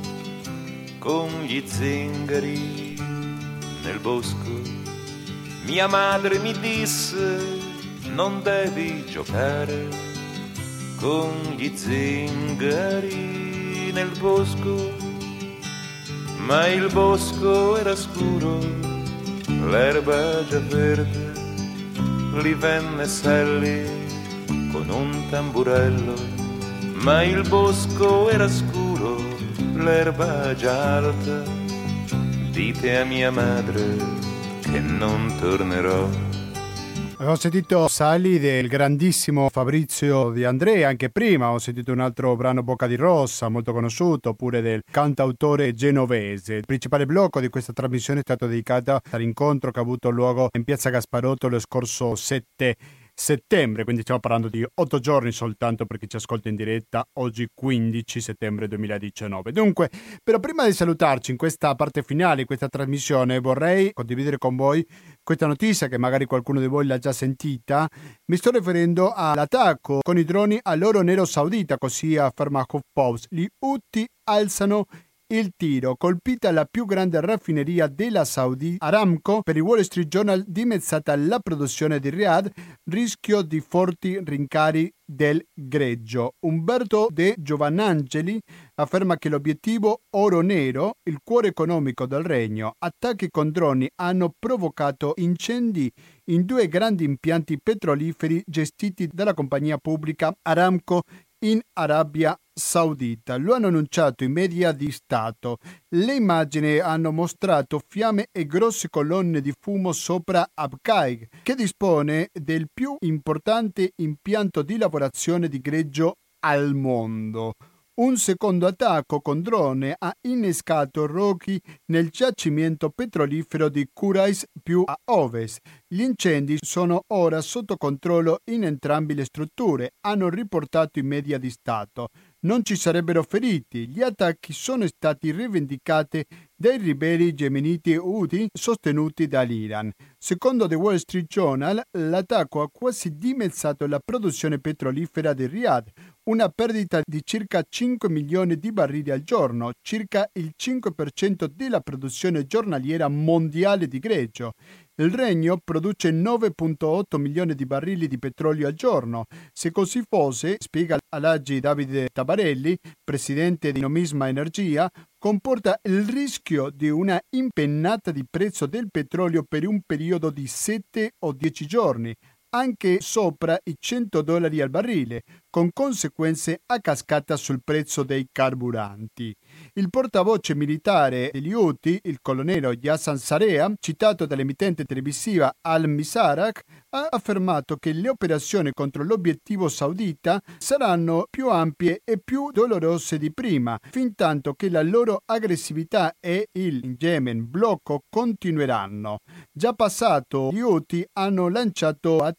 con gli zingari nel bosco. Mia madre mi disse: non devi giocare con gli zingari nel bosco. Ma il bosco era scuro, l'erba già verde, lì venne Sally con un tamburello. Ma il bosco era scuro, l'erba già alta, dite a mia madre che non tornerò. Avevo sentito Sally del grandissimo Fabrizio De André, anche prima ho sentito un altro brano, Bocca di Rossa, molto conosciuto, oppure del cantautore genovese. Il principale blocco di questa trasmissione è stato dedicato all'incontro che ha avuto luogo in Piazza Gasparotto lo scorso sette settembre, quindi stiamo parlando di otto giorni soltanto per chi ci ascolta in diretta, oggi quindici settembre duemiladiciannove. Dunque, però prima di salutarci in questa parte finale di questa trasmissione vorrei condividere con voi questa notizia che magari qualcuno di voi l'ha già sentita. Mi sto riferendo all'attacco con i droni all'oro nero saudita, così afferma HuffPost. Gli Houthi alzano il tiro, colpita la più grande raffineria della Saudi Aramco. Per il Wall Street Journal dimezzata la produzione di Riyadh, rischio di forti rincari del greggio. Umberto De Giovanangeli afferma che l'obiettivo oro nero, il cuore economico del regno, attacchi con droni hanno provocato incendi in due grandi impianti petroliferi gestiti dalla compagnia pubblica Aramco in Arabia Saudita. Lo hanno annunciato i media di Stato. Le immagini hanno mostrato fiamme e grosse colonne di fumo sopra Abqaiq, che dispone del più importante impianto di lavorazione di greggio al mondo. Un secondo attacco con drone ha innescato roghi nel giacimento petrolifero di Kurais più a ovest. Gli incendi sono ora sotto controllo in entrambe le strutture, hanno riportato i media di Stato. Non ci sarebbero feriti. Gli attacchi sono stati rivendicati dai ribelli yemeniti Houthi sostenuti dall'Iran. Secondo The Wall Street Journal, l'attacco ha quasi dimezzato la produzione petrolifera di Riyadh, una perdita di circa cinque milioni di barili al giorno, circa il cinque per cento della produzione giornaliera mondiale di greggio. Il regno produce nove virgola otto milioni di barili di petrolio al giorno. Se così fosse, spiega Alhaji Davide Tabarelli, presidente di Nomisma Energia, comporta il rischio di una impennata di prezzo del petrolio per un periodo di sette o dieci giorni, anche sopra i cento dollari al barile, con conseguenze a cascata sul prezzo dei carburanti. Il portavoce militare degli Houthi, il colonnello Yassan Sarea, citato dall'emittente televisiva Al-Misarak, ha affermato che le operazioni contro l'obiettivo saudita saranno più ampie e più dolorose di prima, fintanto che la loro aggressività e il in Yemen blocco continueranno. Già passato, gli Houthi hanno lanciato attacchi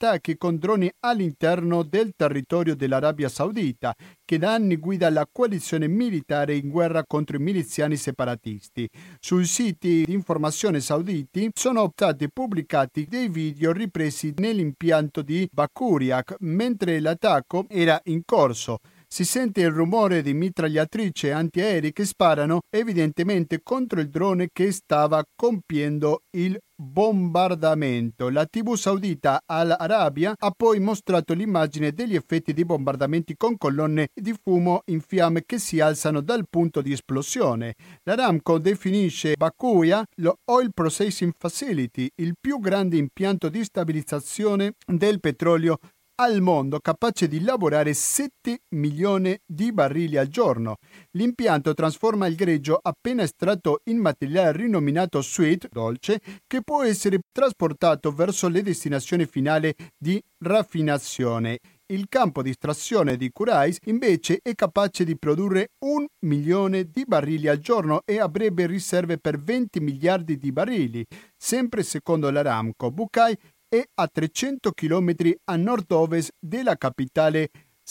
attacchi con droni all'interno del territorio dell'Arabia Saudita, che da anni guida la coalizione militare in guerra contro i miliziani separatisti. Sui siti di informazione sauditi sono stati pubblicati dei video ripresi nell'impianto di Bakuriak mentre l'attacco era in corso. Si sente il rumore di mitragliatrici antiaerei che sparano evidentemente contro il drone che stava compiendo il bombardamento. La tivù saudita Al Arabiya ha poi mostrato l'immagine degli effetti di bombardamenti con colonne di fumo in fiamme che si alzano dal punto di esplosione. L'Aramco definisce Bakuya lo Oil Processing Facility, il più grande impianto di stabilizzazione del petrolio al mondo, capace di lavorare sette milioni di barili al giorno. L'impianto trasforma il greggio appena estratto in materiale rinominato sweet, dolce, che può essere trasportato verso le destinazioni finali di raffinazione. Il campo di estrazione di Kurais invece è capace di produrre un milione di barili al giorno e avrebbe riserve per venti miliardi di barili. Sempre secondo l'Aramco, Bukai è a trecento chilometri a nord-ovest della capitale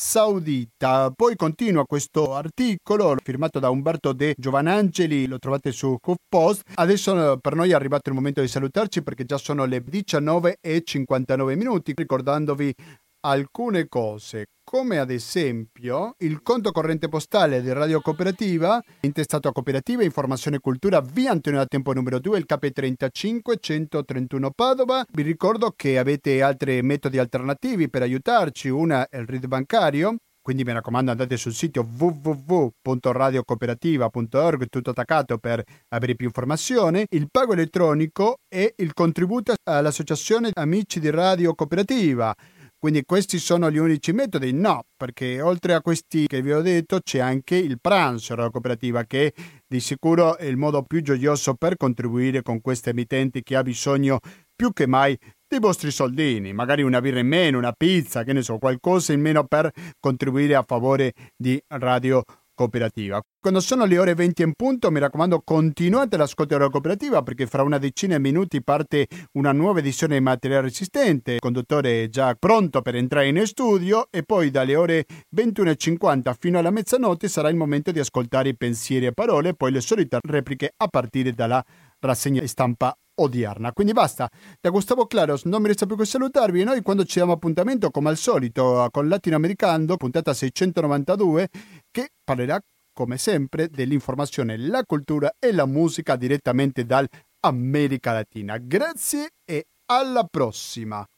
saudita. Poi continua questo articolo firmato da Umberto De Giovanangeli, lo trovate su HuffPost. Adesso per noi è arrivato il momento di salutarci perché già sono le diciannove e cinquantanove minuti, ricordandovi alcune cose, come ad esempio il conto corrente postale di Radio Cooperativa, intestato a Cooperativa Informazione e Cultura, via Antonio da Tempo numero due, il K trentacinque centotrentuno Padova. Vi ricordo che avete altri metodi alternativi per aiutarci, una è il R I D bancario, quindi mi raccomando andate sul sito w w w punto radio cooperativa punto org, tutto attaccato, per avere più informazioni. Il pago elettronico e il contributo all'Associazione Amici di Radio Cooperativa. Quindi questi sono gli unici metodi? No, perché oltre a questi che vi ho detto c'è anche il pranzo Radio Cooperativa, che di sicuro è il modo più gioioso per contribuire con queste emittenti che ha bisogno più che mai dei vostri soldini, magari una birra in meno, una pizza, che ne so, qualcosa in meno per contribuire a favore di Radio Cooperativa. Quando sono le ore venti in punto, mi raccomando, continuate l'ascolto della Cooperativa, perché fra una decina di minuti parte una nuova edizione di Materiale Resistente. Il conduttore è già pronto per entrare in studio e poi dalle ore ventuno e cinquanta fino alla mezzanotte sarà il momento di ascoltare i pensieri e parole, poi le solite repliche a partire dalla rassegna stampa odierna. Quindi basta, da Gustavo Claros non mi resta più che salutarvi, e noi quando ci diamo appuntamento come al solito con Latinoamericano, puntata seicentonovantadue, che parlerà come sempre dell'informazione, la cultura e la musica direttamente dall'America Latina. Grazie e alla prossima!